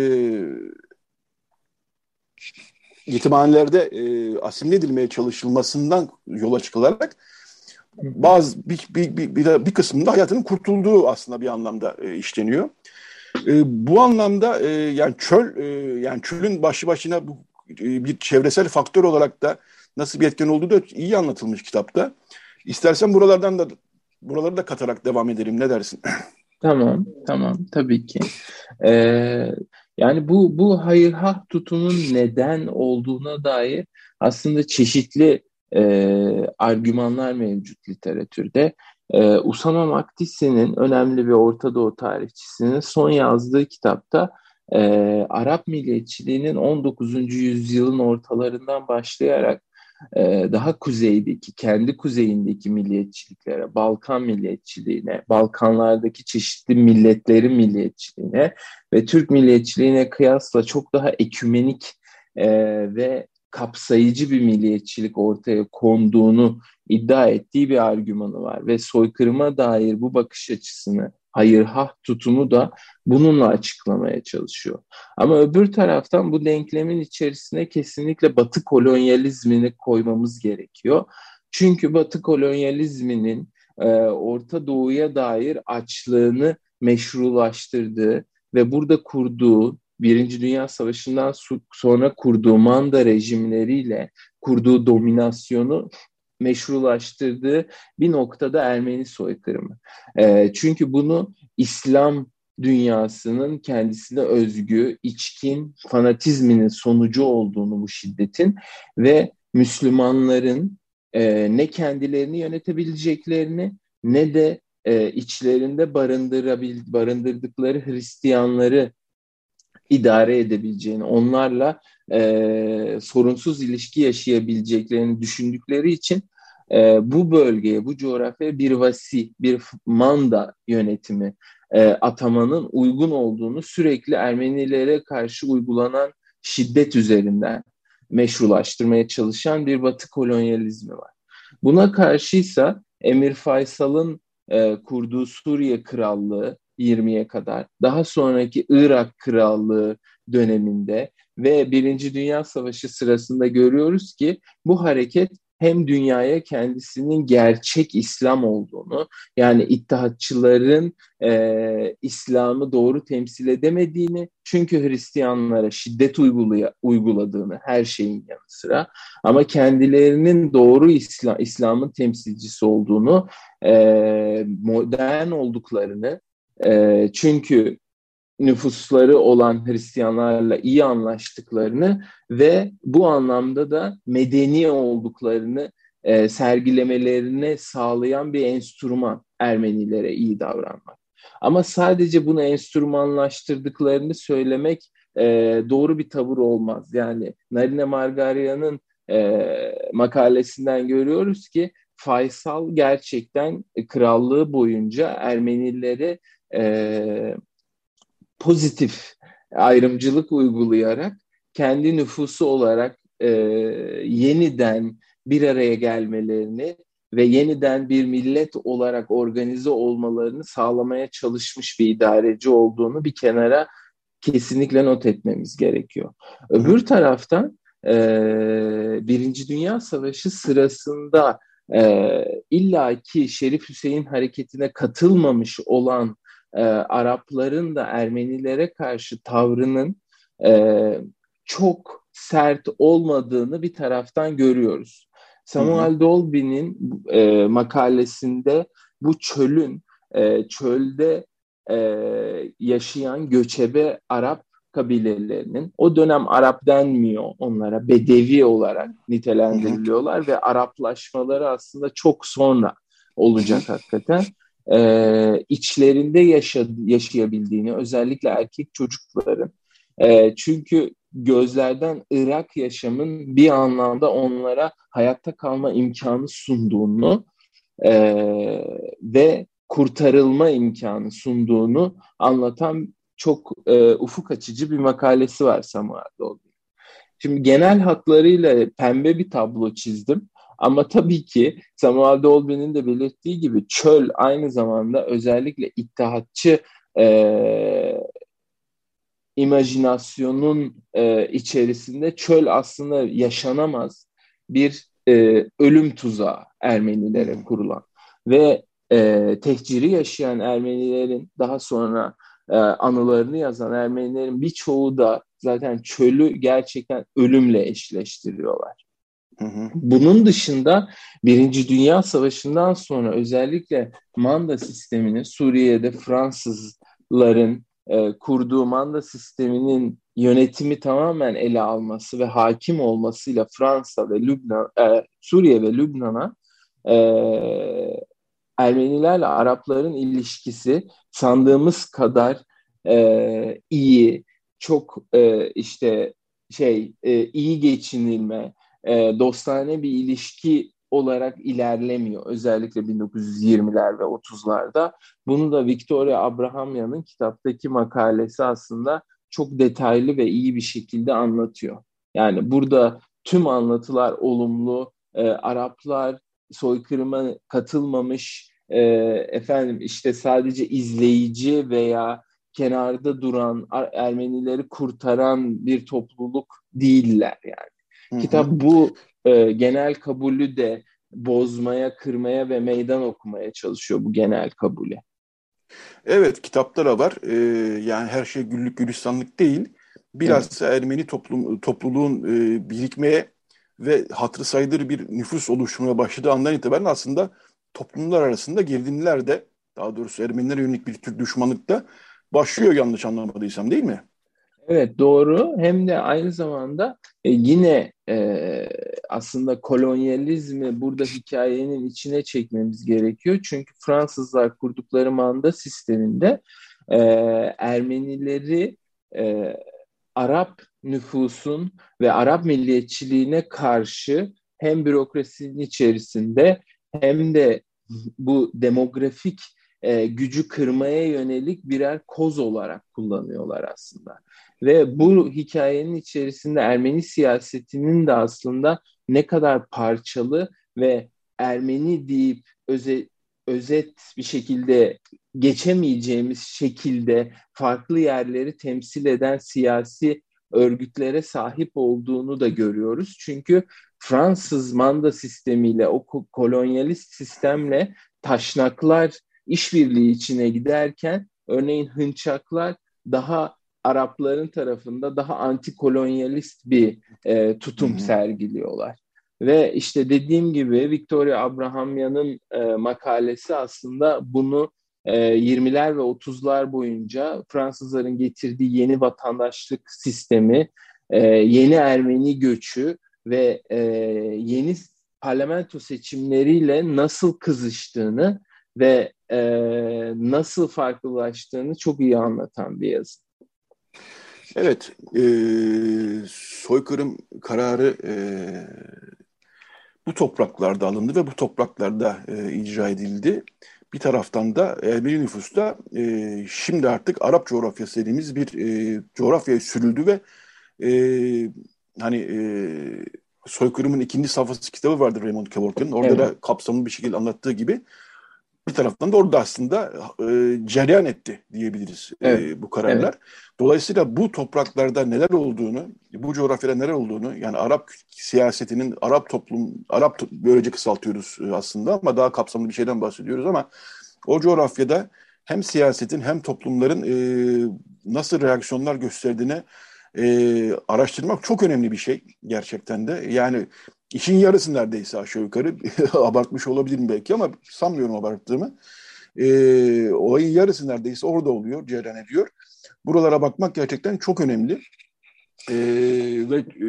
yetimhanelerde e, asimile edilmeye çalışılmasından yola çıkılarak bazı bir, bir, bir, bir, bir kısmında hayatının kurtulduğu aslında bir anlamda e, işleniyor. E, bu anlamda e, yani çöl e, yani çölün başlı başına bu bir çevresel faktör olarak da nasıl bir etken olduğu da iyi anlatılmış kitapta. İstersen buralardan da buraları da katarak devam edelim. Ne dersin? Tamam, tamam. Tabii ki. Ee, yani bu bu hayırhah tutumun neden olduğuna dair aslında çeşitli e, argümanlar mevcut literatürde. Ee, Usama Makdisi'nin, önemli bir Orta Doğu tarihçisinin son yazdığı kitapta e, Arap milliyetçiliğinin on dokuzuncu yüzyılın ortalarından başlayarak e, daha kuzeydeki, kendi kuzeyindeki milliyetçiliklere, Balkan milliyetçiliğine, Balkanlardaki çeşitli milletlerin milliyetçiliğine ve Türk milliyetçiliğine kıyasla çok daha ekümenik e, ve kapsayıcı bir milliyetçilik ortaya konduğunu iddia ettiği bir argümanı var. Ve soykırıma dair bu bakış açısını, hayırhah tutumu da bununla açıklamaya çalışıyor. Ama öbür taraftan bu denklemin içerisine kesinlikle Batı kolonyalizmini koymamız gerekiyor. Çünkü Batı kolonyalizminin e, Orta Doğu'ya dair açlığını meşrulaştırdığı ve burada kurduğu Birinci Dünya Savaşı'ndan sonra kurduğu manda rejimleriyle kurduğu dominasyonu meşrulaştırdığı bir noktada Ermeni soykırımı. E, çünkü bunu İslam dünyasının kendisine özgü, içkin fanatizminin sonucu olduğunu bu şiddetin ve Müslümanların e, ne kendilerini yönetebileceklerini ne de e, içlerinde barındırabil, barındırdıkları Hristiyanları idare edebileceğini, onlarla e, sorunsuz ilişki yaşayabileceklerini düşündükleri için e, bu bölgeye, bu coğrafyaya bir vasi, bir manda yönetimi e, atamanın uygun olduğunu sürekli Ermenilere karşı uygulanan şiddet üzerinden meşrulaştırmaya çalışan bir Batı kolonyalizmi var. Buna karşıysa Emir Faysal'ın e, kurduğu Suriye Krallığı yirmiye kadar, daha sonraki Irak Krallığı döneminde ve Birinci Dünya Savaşı sırasında görüyoruz ki bu hareket hem dünyaya kendisinin gerçek İslam olduğunu, yani İttihatçıların e, İslam'ı doğru temsil edemediğini, çünkü Hristiyanlara şiddet uygulaya, uyguladığını her şeyin yanı sıra, ama kendilerinin doğru İslam, İslam'ın temsilcisi olduğunu, e, modern olduklarını, e, çünkü nüfusları olan Hristiyanlarla iyi anlaştıklarını ve bu anlamda da medeni olduklarını e, sergilemelerini sağlayan bir enstrüman Ermenilere iyi davranmak. Ama sadece bunu enstrümanlaştırdıklarını söylemek e, doğru bir tavır olmaz. Yani Narine Margarya'nın e, makalesinden görüyoruz ki Faysal gerçekten krallığı boyunca Ermenilere e, pozitif ayrımcılık uygulayarak kendi nüfusu olarak e, yeniden bir araya gelmelerini ve yeniden bir millet olarak organize olmalarını sağlamaya çalışmış bir idareci olduğunu bir kenara kesinlikle not etmemiz gerekiyor. Öbür taraftan e, Birinci Dünya Savaşı sırasında e, illaki Şerif Hüseyin hareketine katılmamış olan e, Arapların da Ermenilere karşı tavrının e, çok sert olmadığını bir taraftan görüyoruz. Samuel hı hı. Dolby'nin e, makalesinde bu çölün, e, çölde e, yaşayan göçebe Arap kabilelerinin, o dönem Arap denmiyor onlara, Bedevi olarak nitelendiriliyorlar hı hı. ve Araplaşmaları aslında çok sonra olacak hakikaten. Ee, içlerinde yaşa, yaşayabildiğini, özellikle erkek çocukların, e, çünkü gözlerden Irak yaşamın bir anlamda onlara hayatta kalma imkanı sunduğunu e, ve kurtarılma imkanı sunduğunu anlatan çok e, ufuk açıcı bir makalesi var Samuel Dolby'nin. Şimdi genel hatlarıyla pembe bir tablo çizdim. Ama tabii ki Samuel Dolby'nin de belirttiği gibi çöl aynı zamanda özellikle İttihatçı e, imajinasyonun e, içerisinde çöl aslında yaşanamaz bir e, ölüm tuzağı Ermenilere kurulan. Ve e, tehciri yaşayan Ermenilerin, daha sonra e, anılarını yazan Ermenilerin birçoğu da zaten çölü gerçekten ölümle eşleştiriyorlar. Hı hı. Bunun dışında Birinci Dünya Savaşı'ndan sonra özellikle manda sistemini Suriye'de Fransızların e, kurduğu manda sisteminin yönetimi tamamen ele alması ve hakim olmasıyla Fransa ve Lübnan, e, Suriye ve Lübnan'a e, Ermenilerle Arapların ilişkisi sandığımız kadar e, iyi, çok e, işte şey e, iyi geçinilme, E, dostane bir ilişki olarak ilerlemiyor. Özellikle bin dokuz yüz yirmiler ve otuzlarda. Bunu da Victoria Abrahamyan'ın kitaptaki makalesi aslında çok detaylı ve iyi bir şekilde anlatıyor. Yani burada tüm anlatılar olumlu. E, Araplar soykırıma katılmamış, e, efendim işte sadece izleyici veya kenarda duran, Ermenileri kurtaran bir topluluk değiller yani. Hı hı. Kitap bu e, genel kabulü de bozmaya, kırmaya ve meydan okumaya çalışıyor, bu genel kabulü. Evet, kitapta da var. Ee, yani her şey güllük gülistanlık değil. Evet. Bilhassa Ermeni toplum, topluluğun e, birikmeye ve hatırı sayılır bir nüfus oluşturmaya başladığı andan itibaren aslında toplumlar arasında gerilimler de, daha doğrusu Ermenilere yönelik bir tür düşmanlık da başlıyor, yanlış anlamadıysam, değil mi? Evet, doğru. Hem de aynı zamanda e, yine e, aslında kolonyalizmi burada hikayenin içine çekmemiz gerekiyor. Çünkü Fransızlar kurdukları manda sisteminde e, Ermenileri e, Arap nüfusun ve Arap milliyetçiliğine karşı hem bürokrasinin içerisinde hem de bu demografik e, gücü kırmaya yönelik birer koz olarak kullanıyorlar aslında. Ve bu hikayenin içerisinde Ermeni siyasetinin de aslında ne kadar parçalı ve Ermeni deyip öze, özet bir şekilde geçemeyeceğimiz şekilde farklı yerleri temsil eden siyasi örgütlere sahip olduğunu da görüyoruz. Çünkü Fransız manda sistemiyle, o kolonyalist sistemle taşnaklar işbirliği içine giderken örneğin Hınçaklar daha Arapların tarafında daha anti-kolonyalist bir e, Hı tutum hı. sergiliyorlar. Ve işte dediğim gibi Victoria Abrahamyan'ın e, makalesi aslında bunu e, yirmiler ve otuzlar boyunca Fransızların getirdiği yeni vatandaşlık sistemi, e, yeni Ermeni göçü ve e, yeni parlamento seçimleriyle nasıl kızıştığını ve e, nasıl farklılaştığını çok iyi anlatan bir yazı. Evet, e, soykırım kararı e, bu topraklarda alındı ve bu topraklarda e, icra edildi. Bir taraftan da Ermeni nüfus da e, şimdi artık Arap coğrafyası dediğimiz bir e, coğrafyaya sürüldü ve e, hani e, soykırımın ikinci safhası kitabı vardır Raymond Kevorkian'ın. Orada Evet. da kapsamlı bir şekilde anlattığı gibi bir taraftan da orada aslında e, cereyan etti diyebiliriz Evet, e, bu evet. kararlar. Dolayısıyla bu topraklarda neler olduğunu, bu coğrafyada neler olduğunu, yani Arap siyasetinin, Arap toplum, Arap to- böylece kısaltıyoruz e, aslında ama daha kapsamlı bir şeyden bahsediyoruz ama o coğrafyada hem siyasetin hem toplumların e, nasıl reaksiyonlar gösterdiğine e, araştırmak çok önemli bir şey gerçekten de. Yani işin yarısı neredeyse aşağı yukarı abartmış olabilirim belki ama sanmıyorum abarttığımı. E, olayın yarısı neredeyse orada oluyor, cereyan ediyor. Buralara bakmak gerçekten çok önemli. E, ve e,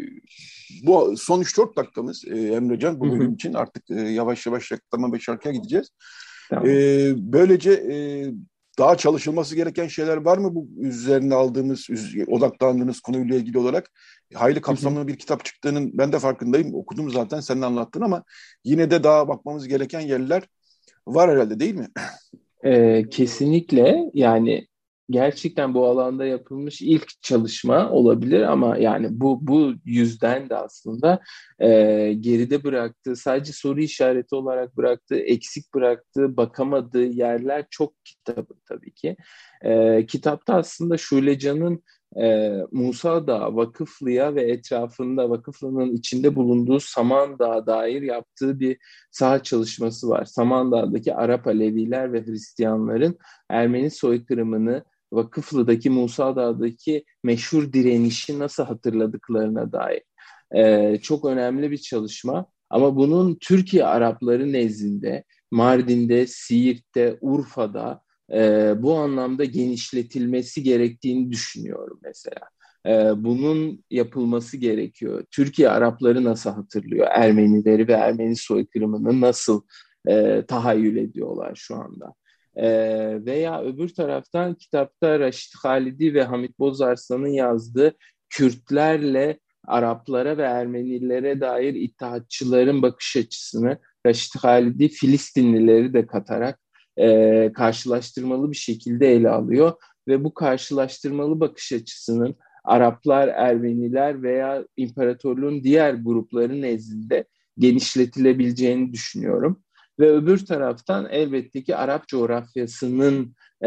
bu son üç dört dakikamız e, Emrecan Hı bu hı. bölüm için artık e, yavaş yavaş reklama ve şarkıya gideceğiz. E, Tamam. böylece e, daha çalışılması gereken şeyler var mı bu üzerine aldığımız, üz- odaklandığınız konuyla ilgili olarak? Hayli Hı hı. kapsamlı bir kitap çıktığının ben de farkındayım. Okudum zaten, sen de anlattın ama yine de daha bakmamız gereken yerler var herhalde, değil mi? Ee, kesinlikle yani gerçekten bu alanda yapılmış ilk çalışma olabilir ama yani bu bu yüzden de aslında e, geride bıraktığı sadece soru işareti olarak bıraktığı eksik bıraktığı bakamadığı yerler çok kitabı tabii ki. Ee, kitapta aslında Şule Can'ın e, Musa Dağı, Vakıflı'ya ve etrafında Vakıflı'nın içinde bulunduğu Samandağ'a dair yaptığı bir saha çalışması var. Samandağ'daki Arap Aleviler ve Hristiyanların Ermeni soykırımını Vakıflı'daki Musa Dağ'daki meşhur direnişi nasıl hatırladıklarına dair. Ee, çok önemli bir çalışma. Ama bunun Türkiye Arapları nezdinde, Mardin'de, Siirt'te, Urfa'da e, bu anlamda genişletilmesi gerektiğini düşünüyorum mesela. Ee, bunun yapılması gerekiyor. Türkiye Arapları nasıl hatırlıyor? Ermenileri ve Ermeni soykırımını nasıl e, tahayyül ediyorlar şu anda? Ee, veya öbür taraftan kitapta Raşit Halidi ve Hamit Bozarslan'ın yazdığı Kürtlerle Araplara ve Ermenilere dair İttihatçıların bakış açısını Raşit Halidi Filistinlileri de katarak e, karşılaştırmalı bir şekilde ele alıyor ve bu karşılaştırmalı bakış açısının Araplar, Ermeniler veya imparatorluğun diğer grupları nezdinde genişletilebileceğini düşünüyorum. Ve öbür taraftan elbette ki Arap coğrafyasının e,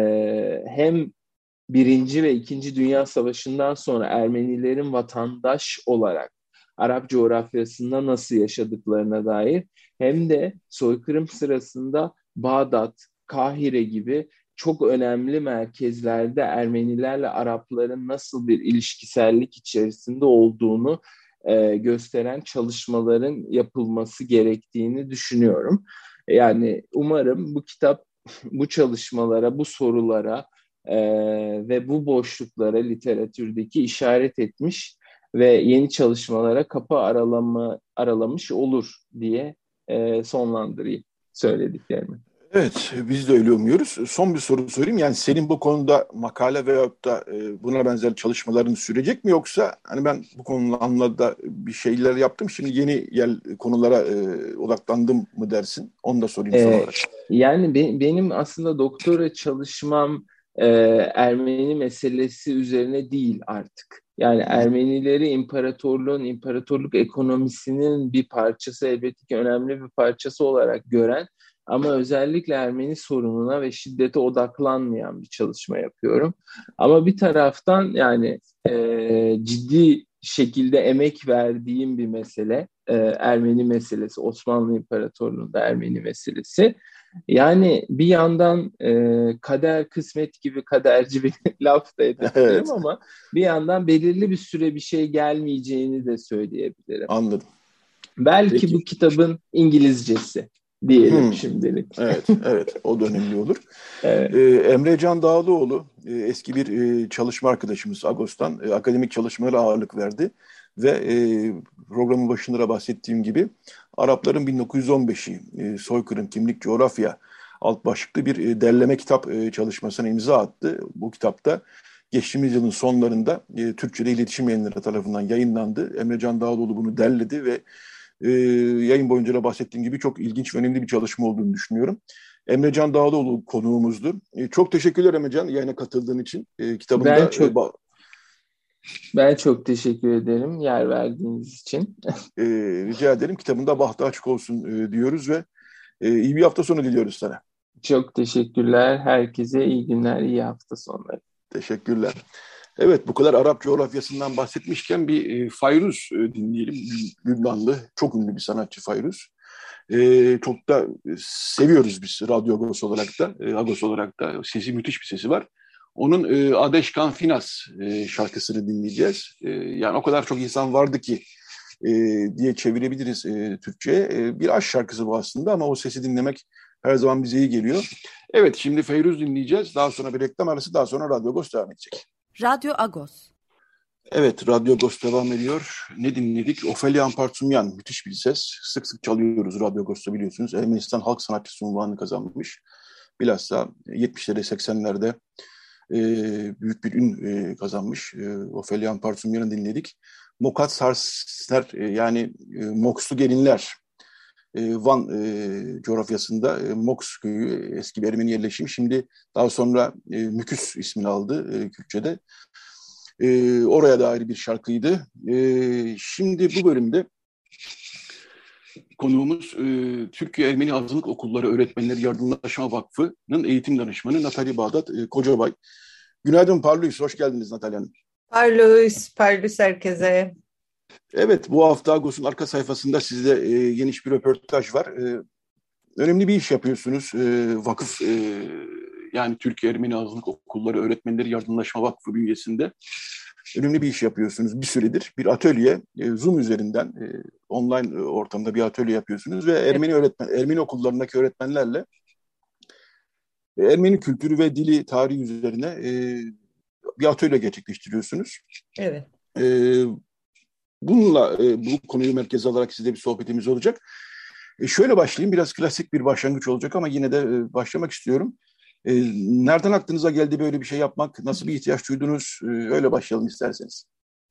hem Birinci ve İkinci Dünya Savaşı'ndan sonra Ermenilerin vatandaş olarak Arap coğrafyasında nasıl yaşadıklarına dair hem de soykırım sırasında Bağdat, Kahire gibi çok önemli merkezlerde Ermenilerle Arapların nasıl bir ilişkisellik içerisinde olduğunu e, gösteren çalışmaların yapılması gerektiğini düşünüyorum. Yani umarım bu kitap bu çalışmalara, bu sorulara e, ve bu boşluklara literatürdeki işaret etmiş ve yeni çalışmalara kapı aralama, aralamış olur diye e, sonlandırayım söylediklerimi. Evet, biz de öyle umuyoruz. Son bir soru sorayım. Yani senin bu konuda makale veyahut da e, buna benzer çalışmaların sürecek mi, yoksa hani ben bu konularda bir şeyler yaptım, şimdi yeni yer konulara e, odaklandım mı dersin? Onu da sorayım son Ee, olarak. yani be- benim aslında doktora çalışmam e, Ermeni meselesi üzerine değil artık. Yani Ermenileri imparatorluğun, imparatorluk ekonomisinin bir parçası, elbette ki önemli bir parçası olarak gören ama özellikle Ermeni sorununa ve şiddete odaklanmayan bir çalışma yapıyorum. Ama bir taraftan yani e, ciddi şekilde emek verdiğim bir mesele, e, Ermeni meselesi, Osmanlı İmparatorluğu'nda Ermeni meselesi. Yani bir yandan e, kader kısmet gibi kaderci bir laf da edebilirim Evet, ama bir yandan belirli bir süre bir şey gelmeyeceğini de söyleyebilirim. anladım. Belki Peki. bu kitabın İngilizcesi diyelim Hmm. şimdilik. Evet, evet, o da önemli olur. Evet. Ee, Emre Can Dağlıoğlu e, eski bir e, çalışma arkadaşımız Agos'tan e, akademik çalışmalara ağırlık verdi ve e, programın başında da bahsettiğim gibi Arapların bin dokuz yüz on beşi e, soykırım, kimlik, coğrafya alt başlıklı bir e, derleme kitap e, çalışmasına imza attı. Bu kitapta geçtiğimiz yılın sonlarında e, Türkçe'de iletişim yayınları tarafından yayınlandı. Emre Can Dağlıoğlu bunu derledi ve e, yayın boyunca da bahsettiğim gibi çok ilginç ve önemli bir çalışma olduğunu düşünüyorum. Emrecan Dağlıoğlu konuğumuzdu. E, çok teşekkürler Emrecan, yayına katıldığın için. E, kitabında Ben e, çok ba- ben çok teşekkür ederim yer verdiğiniz için. e, rica ederim. Kitabında bahtı açık olsun e, diyoruz ve e, iyi bir hafta sonu diliyoruz sana. Çok teşekkürler. Herkese iyi günler, iyi hafta sonları. Teşekkürler. Evet, bu kadar Arap coğrafyasından bahsetmişken bir e, Fayruz e, dinleyelim. Lübnanlı, çok ünlü bir sanatçı Fayruz. E, çok da e, seviyoruz biz Radyo Agos olarak da. E, Agos olarak da sesi, müthiş bir sesi var. Onun e, Adeşkan Finas e, şarkısını dinleyeceğiz. E, yani o kadar çok insan vardı ki e, diye çevirebiliriz e, Türkçe'ye. E, bir aşk şarkısı bu aslında ama o sesi dinlemek her zaman bize iyi geliyor. Evet, şimdi Feyruz dinleyeceğiz. Daha sonra bir reklam arası, daha sonra Radyo Agos devam edecek. Radyo Agos. Evet, Radyo Agos devam ediyor. Ne dinledik? Ofelia Ampartsumyan, müthiş bir ses. Sık sık çalıyoruz Radyo Agos'ta, biliyorsunuz. Ermenistan halk sanatçısı unvanını kazanmış. Bilhassa yetmişlerde, seksenlerde e, büyük bir ün e, kazanmış. E, Ofelia Ampartsumyan'ı dinledik. Mokat Sarsner, e, yani e, Mokslu Gelinler, e, Van e, coğrafyasında e, Moks köyü, eski bir Ermeni yerleşim. Şimdi daha sonra e, Müküs ismini aldı e, Kürtçe'de. E, oraya dair bir şarkıydı. E, şimdi bu bölümde konuğumuz e, Türkiye Ermeni Azınlık Okulları Öğretmenleri Yardımlaşma Vakfı'nın eğitim danışmanı Natalya Bağdat e, Kocabay. Günaydın Parlıyız, hoş geldiniz Natalya Hanım. Parlus, Parlus herkese. Evet, bu hafta Agos'un arka sayfasında sizde e, geniş bir röportaj var. E, önemli bir iş yapıyorsunuz. E, vakıf, e, yani Türkiye Ermeni Azınlık Okulları Öğretmenleri Yardımlaşma Vakfı bünyesinde önemli bir iş yapıyorsunuz bir süredir. Bir atölye, e, Zoom üzerinden e, online ortamda bir atölye yapıyorsunuz ve Ermeni öğretmen, Ermeni okullarındaki öğretmenlerle e, Ermeni kültürü ve dili, tarihi üzerine e, bir atölye gerçekleştiriyorsunuz. Evet. E, bununla e, bu konuyu merkeze alarak sizle bir sohbetimiz olacak. E, şöyle başlayayım, biraz klasik bir başlangıç olacak ama yine de e, başlamak istiyorum. E, nereden aklınıza geldi böyle bir şey yapmak? Nasıl bir ihtiyaç duydunuz? E, öyle başlayalım isterseniz.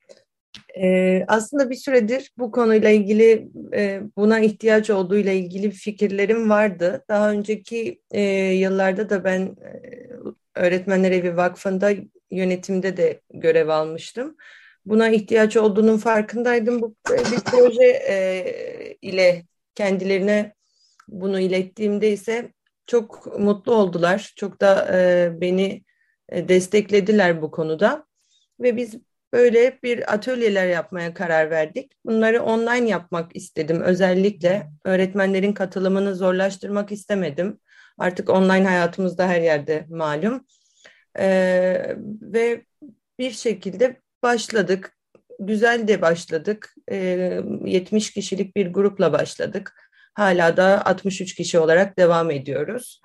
Ee, aslında bir süredir bu konuyla ilgili e, buna ihtiyaç olduğuyla ilgili fikirlerim vardı. Daha önceki e, yıllarda da ben e, Öğretmenler Evi Vakfı'nda yönetimde de görev almıştım. Buna ihtiyaç olduğunun farkındaydım. Bu bir proje e, ile kendilerine bunu ilettiğimde ise çok mutlu oldular. Çok da e, beni e, desteklediler bu konuda. Ve biz böyle bir atölyeler yapmaya karar verdik. Bunları online yapmak istedim. Özellikle öğretmenlerin katılımını zorlaştırmak istemedim. Artık online hayatımızda her yerde malum. Ee, ve bir şekilde başladık. Güzel de başladık. Ee, yetmiş kişilik bir grupla başladık. Hala da altmış üç kişi olarak devam ediyoruz.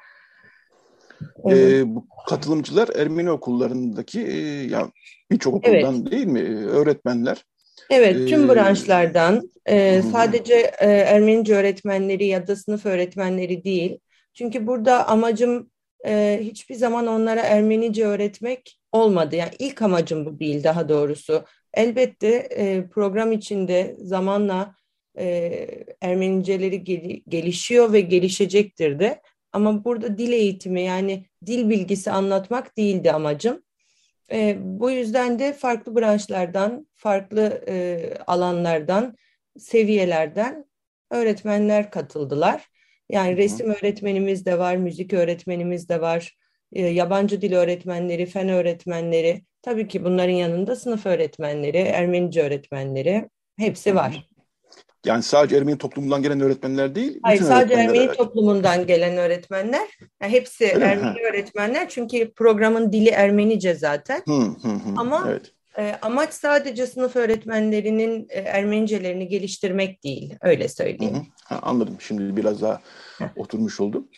E, bu katılımcılar Ermeni okullarındaki e, ya birçok Evet. okuldan değil mi? E, öğretmenler. Evet, tüm E, branşlardan e, hı hı, sadece e, Ermenice öğretmenleri ya da sınıf öğretmenleri değil. Çünkü burada amacım e, hiçbir zaman onlara Ermenice öğretmek olmadı. Yani ilk amacım bu değil daha doğrusu. Elbette e, program içinde zamanla e, Ermeniceleri gel- gelişiyor ve gelişecektir de. Ama burada dil eğitimi yani dil bilgisi anlatmak değildi amacım. E, bu yüzden de farklı branşlardan, farklı e, alanlardan, seviyelerden öğretmenler katıldılar. Yani hı hı. resim öğretmenimiz de var, müzik öğretmenimiz de var, e, yabancı dil öğretmenleri, fen öğretmenleri, tabii ki bunların yanında sınıf öğretmenleri, Ermenice öğretmenleri, Hı hepsi hı. var. Yani sadece Ermeni toplumundan gelen öğretmenler değil, Hayır, bütün sadece öğretmenler Ermeni herhalde. toplumundan gelen öğretmenler, yani hepsi Öyle mi? Ermeni Ha. öğretmenler çünkü programın dili Ermenice zaten. Hı hı hı. Ama Evet. e, amaç sadece sınıf öğretmenlerinin e, Ermenicelerini geliştirmek değil, öyle Hı hı. söyleyeyim. Ha, anladım. Şimdi biraz daha Heh. oturmuş oldum.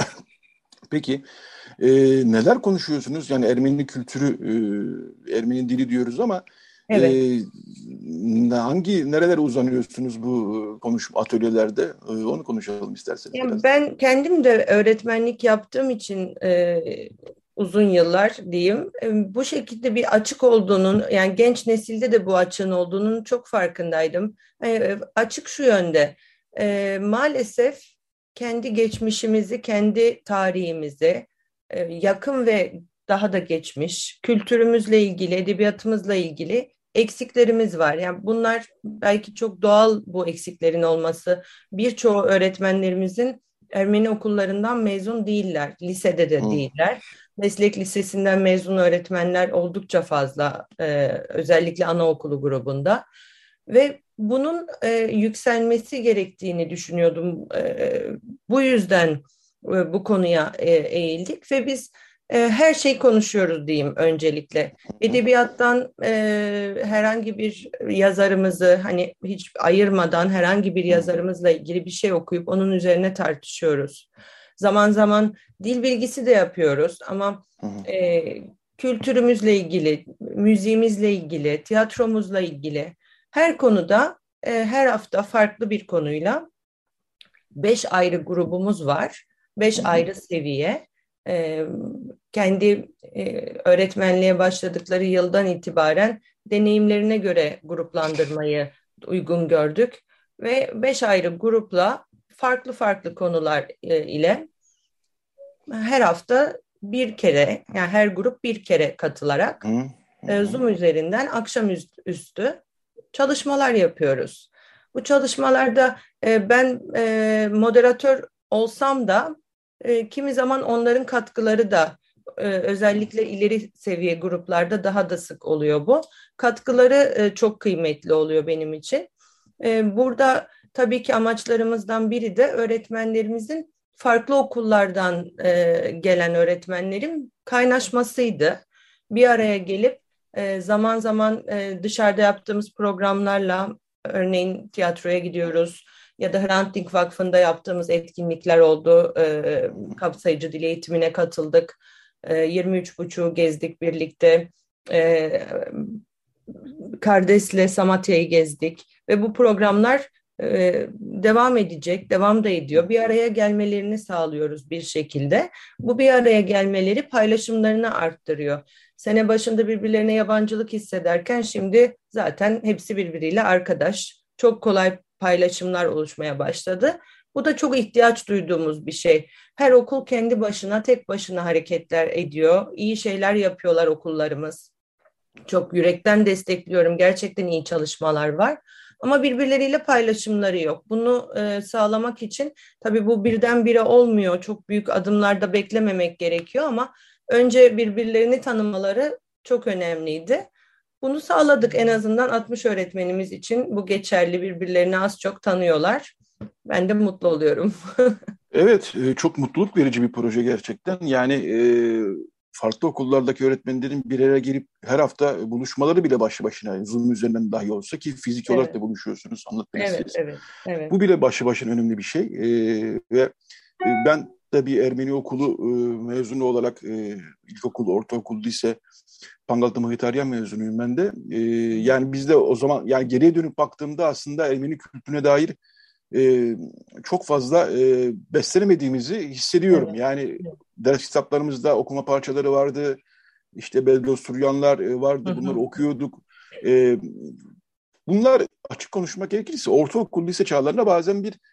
Peki e, neler konuşuyorsunuz? Yani Ermeni kültürü, e, Ermeni dili diyoruz ama e, Evet. hangi nerelere uzanıyorsunuz bu e, konuşma atölyelerde? E, onu konuşalım isterseniz Yani biraz da. ben kendim de öğretmenlik yaptığım için e, uzun yıllar diyeyim, e, bu şekilde bir açık olduğunun, yani genç nesilde de bu açığın olduğunun çok farkındaydım. E, açık şu yönde, e, maalesef kendi geçmişimizi, kendi tarihimizi, e, yakın ve daha da geçmiş, kültürümüzle ilgili, edebiyatımızla ilgili eksiklerimiz var. Yani bunlar belki çok doğal bu eksiklerin olması. Birçoğu öğretmenlerimizin Ermeni okullarından mezun değiller, lisede de Hı değiller. Meslek lisesinden mezun öğretmenler oldukça fazla, e, özellikle anaokulu grubunda. Ve bunun e, yükselmesi gerektiğini düşünüyordum. E, bu yüzden e, bu konuya e, eğildik ve biz e, her şeyi konuşuyoruz diyeyim öncelikle. hı. Edebiyattan e, herhangi bir yazarımızı hani hiç ayırmadan herhangi bir Hı yazarımızla ilgili bir şey okuyup onun üzerine tartışıyoruz. Zaman zaman dil bilgisi de yapıyoruz ama hı. Hı. e, kültürümüzle ilgili, müziğimizle ilgili, tiyatromuzla ilgili her konuda e, her hafta farklı bir konuyla beş ayrı grubumuz var. Hı Beş hı. ayrı seviye. E, kendi e, öğretmenliğe başladıkları yıldan itibaren deneyimlerine göre gruplandırmayı uygun gördük. Ve beş ayrı grupla farklı farklı konular e, ile her hafta bir kere, yani her grup bir kere katılarak Hı hı. e, Hı. Zoom üzerinden akşamüstü çalışmalar yapıyoruz. Bu çalışmalarda e, ben e, moderatör olsam da e, kimi zaman onların katkıları da e, özellikle ileri seviye gruplarda daha da sık oluyor bu. Katkıları e, çok kıymetli oluyor benim için. E, burada tabii ki amaçlarımızdan biri de öğretmenlerimizin farklı okullardan e, gelen öğretmenlerin kaynaşmasıydı. Bir araya gelip e, zaman zaman e, dışarıda yaptığımız programlarla örneğin tiyatroya gidiyoruz ya da Hrant Dink Vakfı'nda yaptığımız etkinlikler oldu. E, kapsayıcı dil eğitimine katıldık. E, yirmi üç buçuğu gezdik birlikte. E, Kardes'le Samatya'yı gezdik ve bu programlar e, devam edecek, devam da ediyor. Bir araya gelmelerini sağlıyoruz bir şekilde. Bu bir araya gelmeleri paylaşımlarını arttırıyor. Sene başında birbirlerine yabancılık hissederken şimdi zaten hepsi birbiriyle arkadaş. Çok kolay paylaşımlar oluşmaya başladı. Bu da çok ihtiyaç duyduğumuz bir şey. Her okul kendi başına, tek başına hareketler ediyor. İyi şeyler yapıyorlar okullarımız. Çok yürekten destekliyorum. Gerçekten iyi çalışmalar var. Ama birbirleriyle paylaşımları yok. Bunu e, sağlamak için tabii bu birdenbire olmuyor. Çok büyük adımlarda beklememek gerekiyor ama önce birbirlerini tanımaları çok önemliydi. Bunu sağladık en azından altmış öğretmenimiz için bu geçerli, birbirlerini az çok tanıyorlar. Ben de mutlu oluyorum. Evet, e, çok mutluluk verici bir proje gerçekten. Yani e, farklı okullardaki öğretmenlerin bir araya gelip her hafta buluşmaları bile başlı başına Zoom üzerinden dahi olsa, ki fiziki olarak Evet, da buluşuyorsunuz, anlattınız evet, siz. evet, evet. Bu bile başlı başına önemli bir şey. E, ve e, ben de bir Ermeni okulu e, mezunu olarak e, ilkokul, ortaokul, lise, Pangaltı Mıhıtaryan mezunuyum ben de. E, yani biz de o zaman, yani geriye dönüp baktığımda aslında Ermeni kültürüne dair e, çok fazla e, beslenemediğimizi hissediyorum. Evet, Yani evet. ders kitaplarımızda okuma parçaları vardı, işte Bedros Suryanlar e, Hı vardı, bunları hı. okuyorduk. E, bunlar, açık konuşmak gerekirse, ortaokul, lise çağlarında bazen bir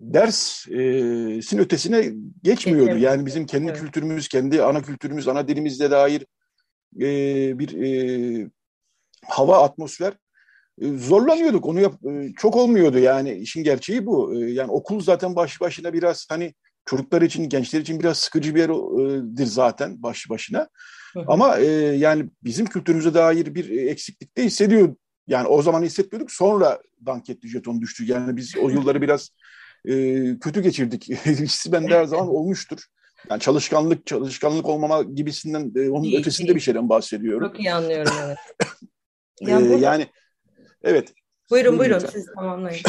dersin ötesine geçmiyordu. Geçemiyor. Yani bizim kendi Evet. kültürümüz, kendi ana kültürümüz, ana dilimizle dair e, bir e, hava, atmosfer, e, zorlanıyorduk. Onu yap, e, çok olmuyordu yani, işin gerçeği bu. E, yani okul zaten başlı başına biraz, hani çocuklar için, gençler için biraz sıkıcı bir yerdir zaten başlı başına. Hı hı. Ama e, yani bizim kültürümüze dair bir eksiklik de hissediyor. Yani o zaman hissetmiyorduk. Sonra dank etti, jeton düştü. Yani biz o yılları biraz e, kötü geçirdik. Hissi bende her zaman olmuştur. Yani çalışkanlık, çalışkanlık olmama gibisinden, e, onun Değil, ötesinde bir değil. şeyden bahsediyorum. Çok iyi anlıyorum, evet. E, Yani burada, yani evet, buyurun buyurun buyurun lütfen. siz tamamlayın.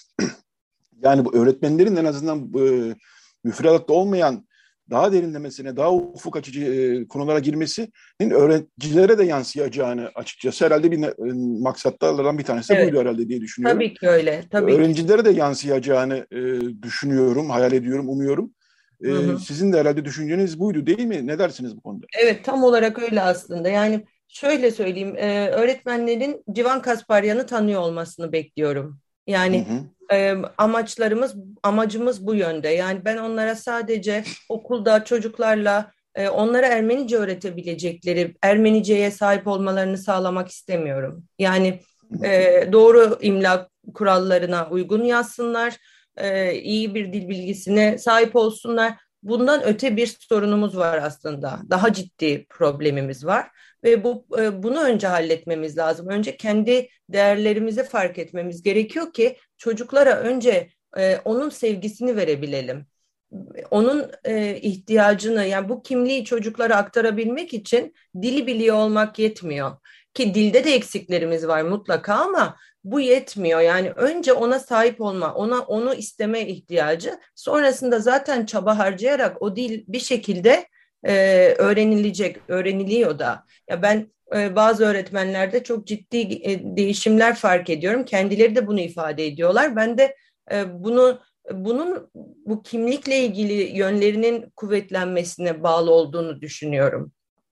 Yani bu öğretmenlerin en azından e, müfredatta olmayan daha derinlemesine, daha ufuk açıcı e, konulara girmesinin öğrencilere de yansıyacağını, açıkçası herhalde bir e, maksatlardan bir tanesi de buydu Evet, herhalde diye düşünüyorum. tabii ki öyle, tabii ki. Öğrencilere de yansıyacağını e, düşünüyorum, hayal ediyorum, umuyorum. Hı E, hı. sizin de herhalde düşünceniz buydu, değil mi? Ne dersiniz bu konuda? Evet, tam olarak öyle aslında. Yani şöyle söyleyeyim, e, öğretmenlerin Civan Kasparyan'ı tanıyor olmasını bekliyorum. Hı Yani hı. e, amaçlarımız, amacımız bu yönde. Yani ben onlara sadece okulda çocuklarla e, onlara Ermenice öğretebilecekleri, Ermenice'ye sahip olmalarını sağlamak istemiyorum. Yani e, doğru imla kurallarına uygun yazsınlar, e, iyi bir dil bilgisine sahip olsunlar. Bundan öte bir sorunumuz var aslında. Daha ciddi problemimiz var ve bu e, bunu önce halletmemiz lazım. Önce kendi değerlerimizi fark etmemiz gerekiyor ki çocuklara önce e, onun sevgisini verebilelim. Onun e, ihtiyacını, yani bu kimliği çocuklara aktarabilmek için dili biliyor olmak yetmiyor. Ki dilde de eksiklerimiz var mutlaka ama bu yetmiyor. Yani önce ona sahip olma, ona onu isteme ihtiyacı. Sonrasında zaten çaba harcayarak o dil bir şekilde e, öğrenilecek, öğreniliyor da. Ya ben e, bazı öğretmenlerde çok ciddi e, değişimler fark ediyorum. Kendileri de bunu ifade ediyorlar. Ben de e, bunu bunun bu kimlikle ilgili yönlerinin kuvvetlenmesine bağlı olduğunu düşünüyorum.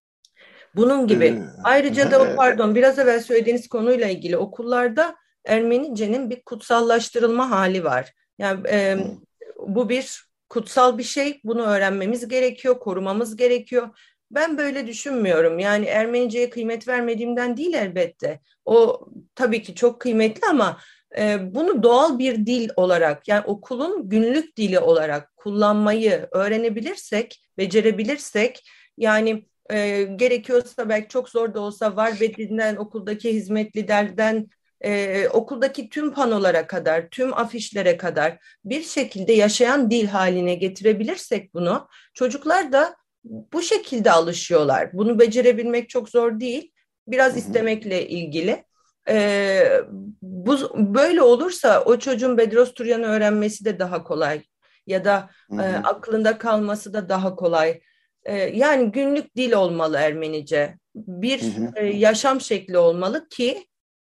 Bunun E, gibi. Ayrıca da o, e, pardon, biraz evvel söylediğiniz konuyla ilgili okullarda Ermenice'nin bir kutsallaştırılma hali var. Yani e, bu bir kutsal bir şey. Bunu öğrenmemiz gerekiyor, korumamız gerekiyor. Ben böyle düşünmüyorum. Yani Ermenice'ye kıymet vermediğimden değil elbette. O tabii ki çok kıymetli ama e, bunu doğal bir dil olarak, yani okulun günlük dili olarak kullanmayı öğrenebilirsek, becerebilirsek, yani e, gerekiyorsa belki çok zor da olsa var bedeninden, okuldaki hizmetlilerden e, okuldaki tüm panolara kadar, tüm afişlere kadar bir şekilde yaşayan dil haline getirebilirsek bunu, çocuklar da bu şekilde alışıyorlar. Bunu becerebilmek çok zor değil. Biraz hı hı. istemekle ilgili. E, bu böyle olursa o çocuğun Bedros Turyan'ı öğrenmesi de daha kolay ya da Hı e, hı. aklında kalması da daha kolay. E, yani günlük dil olmalı Ermenice. Hı Bir hı. e, yaşam şekli olmalı ki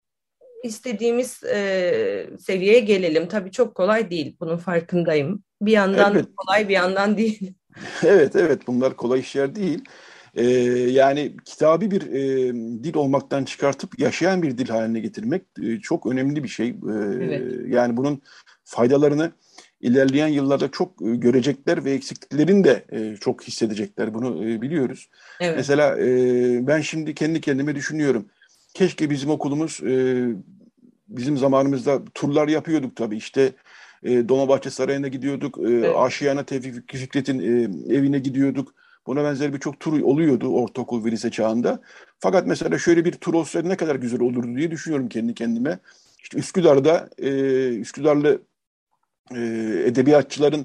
istediğimiz e, seviyeye gelelim. Tabii çok kolay değil. Bunun farkındayım. Bir yandan Elbette. kolay, bir yandan değil. Evet, evet, bunlar kolay işler değil. Ee, yani kitabi bir e, dil olmaktan çıkartıp yaşayan bir dil haline getirmek e, çok önemli bir şey. Ee, Evet, yani bunun faydalarını ilerleyen yıllarda çok e, görecekler ve eksikliklerini de e, çok hissedecekler. Bunu e, biliyoruz. evet, Mesela e, ben şimdi kendi kendime düşünüyorum. Keşke bizim okulumuz, e, bizim zamanımızda turlar yapıyorduk tabii. İşte e, Dolmabahçe Sarayı'na gidiyorduk. E, evet. Aşiyan'a Tevfik Fikri Fikret'in e, evine gidiyorduk. Buna benzer birçok tur oluyordu ortaokul ve lise çağında. Fakat mesela şöyle bir tur olsaydı ne kadar güzel olurdu diye düşünüyorum kendi kendime. İşte Üsküdar'da e, Üsküdarlı e, edebiyatçıların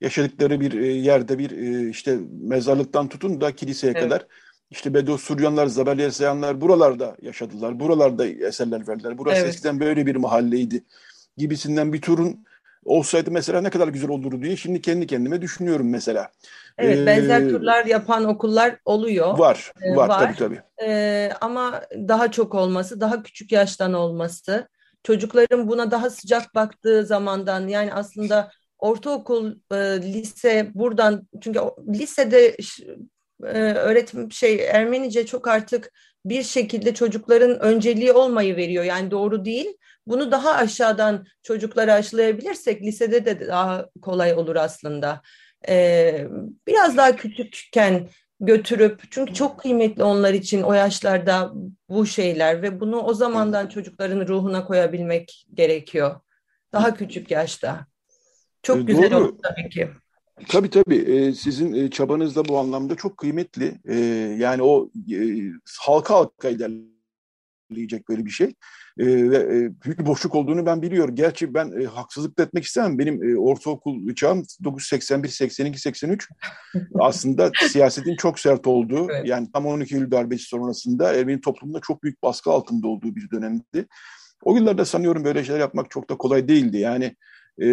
yaşadıkları bir e, yerde bir e, işte mezarlıktan tutun da kiliseye Evet. kadar işte Bedo Suryanlar, Zabelya Sayanlar buralarda yaşadılar. Buralarda eserler verdiler. Burası Evet. eskiden böyle bir mahalleydi gibisinden bir turun olsaydı mesela ne kadar güzel olurdu diye şimdi kendi kendime düşünüyorum mesela. Evet, benzer Ee, turlar yapan okullar oluyor, var, e, var tabii var. tabii. E, ama daha çok olması, daha küçük yaştan olması, çocukların buna daha sıcak baktığı zamandan, yani aslında ortaokul, e, lise buradan, çünkü o- lisede ş- e, öğretim şey Ermenice çok artık bir şekilde çocukların önceliği olmayı veriyor. Yani doğru değil. Bunu daha aşağıdan çocuklara aşılayabilirsek lisede de daha kolay olur aslında. Ee, biraz daha küçükken götürüp, çünkü çok kıymetli onlar için o yaşlarda bu şeyler ve bunu o zamandan çocukların ruhuna koyabilmek gerekiyor. Daha küçük yaşta. Çok Ee, güzel olur doğru. tabii ki. Tabii tabii. Ee, sizin e, çabanız da bu anlamda çok kıymetli. Ee, yani o e, halka halka ilerleyecek böyle bir şey. Ee, ve e, büyük bir boşluk olduğunu ben biliyorum. Gerçi ben e, haksızlık da etmek istemem. Benim e, ortaokul çağım bin dokuz yüz seksen bir, seksen iki, seksen üç aslında siyasetin çok sert olduğu, Evet. yani tam on iki Eylül darbesi sonrasında Ermeni toplumunda çok büyük baskı altında olduğu bir dönemdi. O yıllarda sanıyorum böyle şeyler yapmak çok da kolay değildi. Yani e,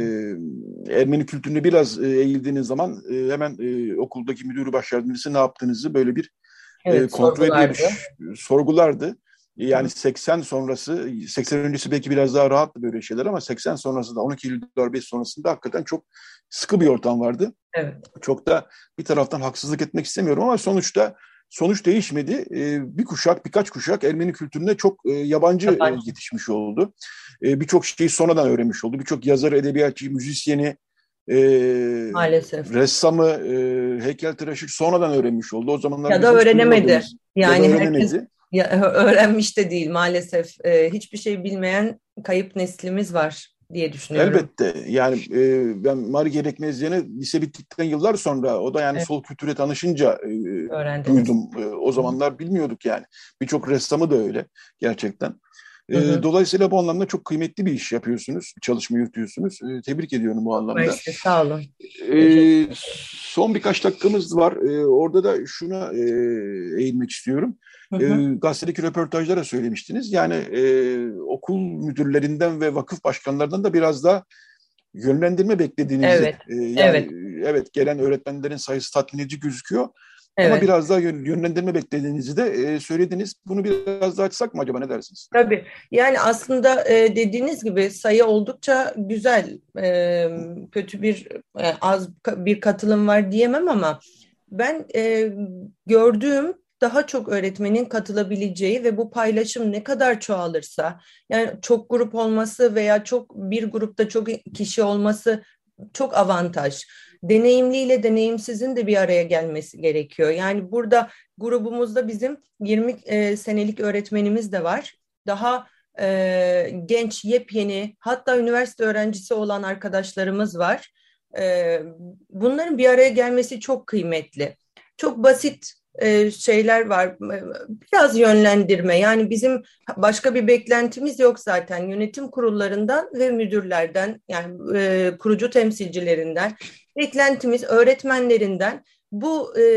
Ermeni kültürüne biraz e, eğildiğiniz zaman e, hemen e, okuldaki müdür baş yardımcısı ne yaptığınızı böyle bir e, Evet, kontrol ediyordu, sorgulardı. sorgulardı. Yani Hı. seksen sonrası, seksen öncesi belki biraz daha rahattı böyle şeyler ama seksen sonrası da on iki Eylül darbesi sonrasında hakikaten çok sıkı bir ortam vardı. Evet. Çok da bir taraftan haksızlık etmek istemiyorum ama sonuçta sonuç değişmedi. Ee, bir kuşak, birkaç kuşak Ermeni kültürüne çok e, yabancı e, Yabancı. yetişmiş oldu. E, birçok şeyi sonradan öğrenmiş oldu. Birçok yazarı, edebiyatçı, müzisyeni, e, Maalesef. ressamı, e, heykeltıraşı sonradan öğrenmiş oldu. O zamanlar Ya da bizim hiç öğrenemedi. duymadığımız ya da Yani herkes öğrenemedi. ya, öğrenmiş de değil maalesef. Ee, hiçbir şey bilmeyen kayıp neslimiz var diye düşünüyorum. Elbette yani e, ben Mari Gerekmezyen'e lise bittikten yıllar sonra o da yani Evet, sol kültüre tanışınca e, öğrendiniz. duydum. E, o zamanlar bilmiyorduk yani. Birçok ressamı da öyle gerçekten. E, Hı hı. dolayısıyla bu anlamda çok kıymetli bir iş yapıyorsunuz, bir çalışma yürütüyorsunuz. E, tebrik ediyorum bu Çok anlamda. mersi, sağ olun. Teşekkür. E, son birkaç dakikamız var. E, orada da şuna e, eğilmek istiyorum. Hı E, hı. gazetedeki röportajlara söylemiştiniz. Yani e, okul müdürlerinden ve vakıf başkanlarından da biraz daha yönlendirme beklediğinizi, Evet, e, yani evet, e, evet gelen öğretmenlerin sayısı tatmin edici gözüküyor ama evet. biraz daha yön- yönlendirme beklediğinizi de e, söylediniz. Bunu biraz daha açsak mı acaba, ne dersiniz? Tabii. Yani aslında e, dediğiniz gibi sayı oldukça güzel. E, kötü bir e, az bir katılım var diyemem ama ben e, gördüğüm daha çok öğretmenin katılabileceği ve bu paylaşım ne kadar çoğalırsa, yani çok grup olması veya çok bir grupta çok kişi olması çok avantaj. Deneyimliyle deneyimsizin de bir araya gelmesi gerekiyor. Yani burada grubumuzda bizim yirmi e, senelik öğretmenimiz de var. Daha e, genç, yepyeni, hatta üniversite öğrencisi olan arkadaşlarımız var. E, bunların bir araya gelmesi çok kıymetli. Çok basit e, şeyler var. Biraz yönlendirme. Yani bizim başka bir beklentimiz yok zaten. Yönetim kurullarından ve müdürlerden, yani e, kurucu temsilcilerinden, beklentimiz öğretmenlerinden bu e,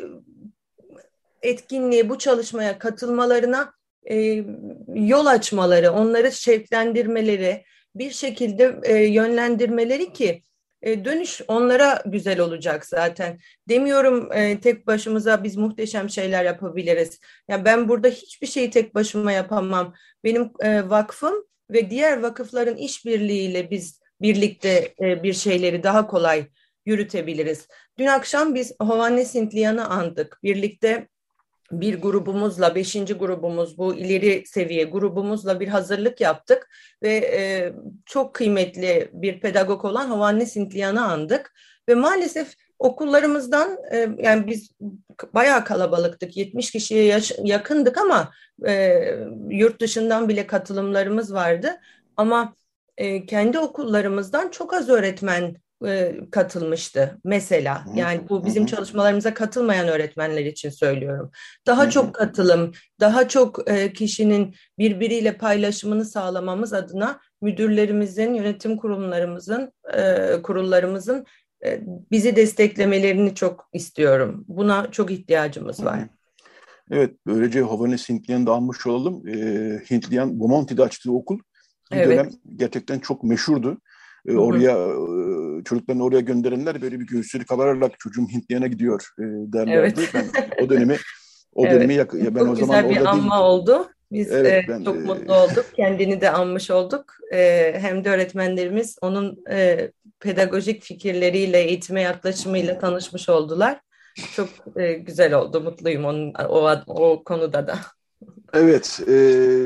etkinliğe, bu çalışmaya katılmalarına e, yol açmaları, onları şevklendirmeleri, bir şekilde e, yönlendirmeleri ki e, dönüş onlara güzel olacak zaten. Demiyorum e, tek başımıza biz muhteşem şeyler yapabiliriz. Yani ben burada hiçbir şeyi tek başıma yapamam. Benim e, vakfım ve diğer vakıfların işbirliğiyle biz birlikte e, bir şeyleri daha kolay yürütebiliriz. Dün akşam biz Hovhannes Sintliyan'ı andık. Birlikte bir grubumuzla, beşinci grubumuz, bu ileri seviye grubumuzla bir hazırlık yaptık ve e, çok kıymetli bir pedagog olan Hovhannes Sintliyan'ı andık ve maalesef okullarımızdan e, yani biz bayağı kalabalıktık, yetmiş kişiye yaş- yakındık ama e, yurt dışından bile katılımlarımız vardı ama e, kendi okullarımızdan çok az öğretmen e, katılmıştı mesela. Hı Yani bu hı, bizim hı çalışmalarımıza katılmayan öğretmenler için söylüyorum. Daha hı, çok katılım, daha çok e, kişinin birbiriyle paylaşımını sağlamamız adına müdürlerimizin, yönetim kurumlarımızın, e, kurullarımızın e, bizi desteklemelerini çok istiyorum. Buna çok ihtiyacımız var. Evet, böylece Hovannes Hintliyan'ı da almış olalım. E, Hintliyan Bomonti'de açtığı okul bir Evet. dönem gerçekten çok meşhurdu. E, oraya e, çocuklarını oraya gönderenler böyle bir göğüsleri kabararak çocuğum Hintliyan'a gidiyor e, derlerdi. Evet. Ben o dönemi o Evet. dönemi yak- ya ben Çok o zaman güzel bir orada anma değildim. oldu. Biz Evet, e, ben, çok e, mutlu olduk. Kendini de anmış olduk. E, hem de öğretmenlerimiz onun e, pedagojik fikirleriyle, eğitime yaklaşımıyla tanışmış oldular. Çok e, güzel oldu. Mutluyum onun o, o konuda da. Evet, e,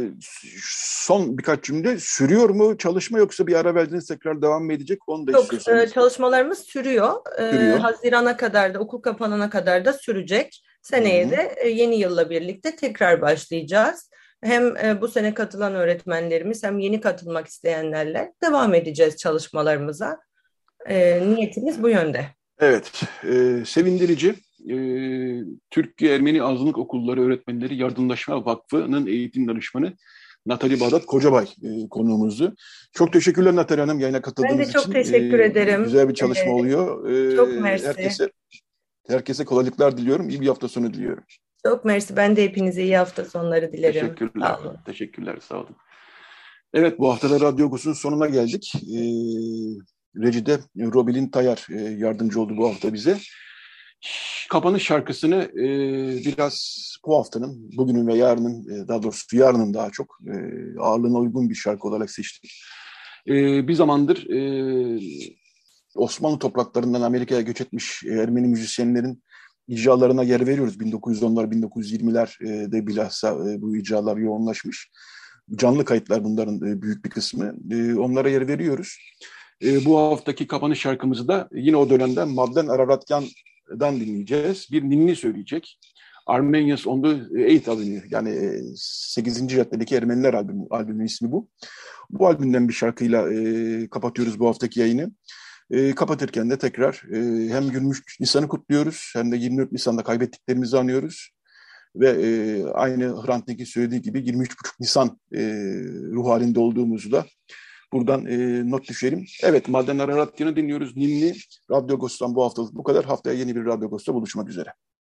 son birkaç cümle sürüyor mu çalışma yoksa bir ara verdiniz tekrar devam mı edecek? Onu da Çok istiyorsanız. e, çalışmalarımız sürüyor. E, Sürüyor. Haziran'a kadar da okul kapanana kadar da sürecek. Seneye Hı-hı. de e, yeni yılla birlikte tekrar başlayacağız. Hem e, bu sene katılan öğretmenlerimiz hem yeni katılmak isteyenlerle devam edeceğiz çalışmalarımıza. E, niyetimiz bu yönde. Evet, e, sevindirici. E, Türkiye Ermeni Azınlık Okulları Öğretmenleri Yardımlaşma Vakfı'nın eğitim danışmanı Natali Bağdat Kocabay e, konuğumuzdu. Çok teşekkürler Natali Hanım yayına katıldığınız Ben de çok için. teşekkür E, ederim. güzel bir çalışma E, oluyor. E, çok mersi. Herkese herkese kolaylıklar diliyorum. İyi bir hafta sonu diliyorum. Çok mersi. Ben de hepinize iyi hafta sonları dilerim. Teşekkürler. Sağ olun. Teşekkürler. Sağ olun. Evet, bu hafta da Radyo Agos'un sonuna geldik. E, Rejide Robilin Tayar e, yardımcı oldu bu hafta bize. Kapanış şarkısını e, biraz bu haftanın, bugünün ve yarının, e, daha doğrusu yarının daha çok e, ağırlığına uygun bir şarkı olarak seçtik. E, bir zamandır e, Osmanlı topraklarından Amerika'ya göç etmiş e, Ermeni müzisyenlerin icralarına yer veriyoruz. bin dokuz yüz onlar, bin dokuz yüz yirmilerde bilhassa e, bu icralar yoğunlaşmış. Canlı kayıtlar bunların e, büyük bir kısmı. E, onlara yer veriyoruz. E, bu haftaki kapanış şarkımızı da yine o dönemden Madlen Araratyan'dan dinleyeceğiz. Bir ninni söyleyecek. Armenians on the eighth Avenue, yani sekizinci caddedeki Ermeniler albümü, albümün ismi bu. Bu albümden bir şarkıyla e, kapatıyoruz bu haftaki yayını. E, kapatırken de tekrar e, hem yirmi üç Nisan'ı kutluyoruz hem de yirmi dört Nisan'da kaybettiklerimizi anıyoruz. Ve e, aynı Hrant Dink'in söylediği gibi yirmi üç Nisan e, ruh halinde olduğumuzu da buradan e, not düşelim. Evet, Madlen Araratyan'ı dinliyoruz. Ninni, Radyo Agos'tan bu haftalık bu kadar. Haftaya yeni bir Radyo Agos'ta buluşmak üzere.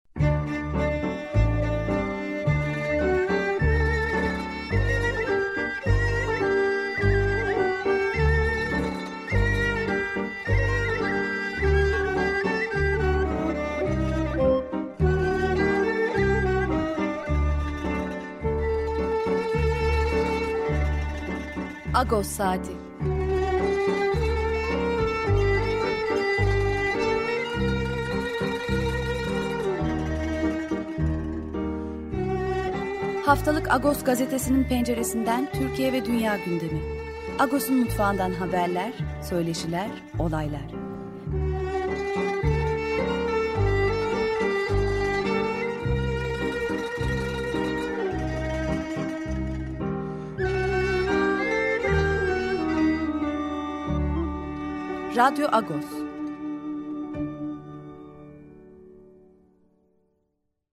Agos Saati. Haftalık Agos gazetesinin penceresinden Türkiye ve dünya gündemi. Agos'un mutfağından haberler, söyleşiler, olaylar. Radyo Agos.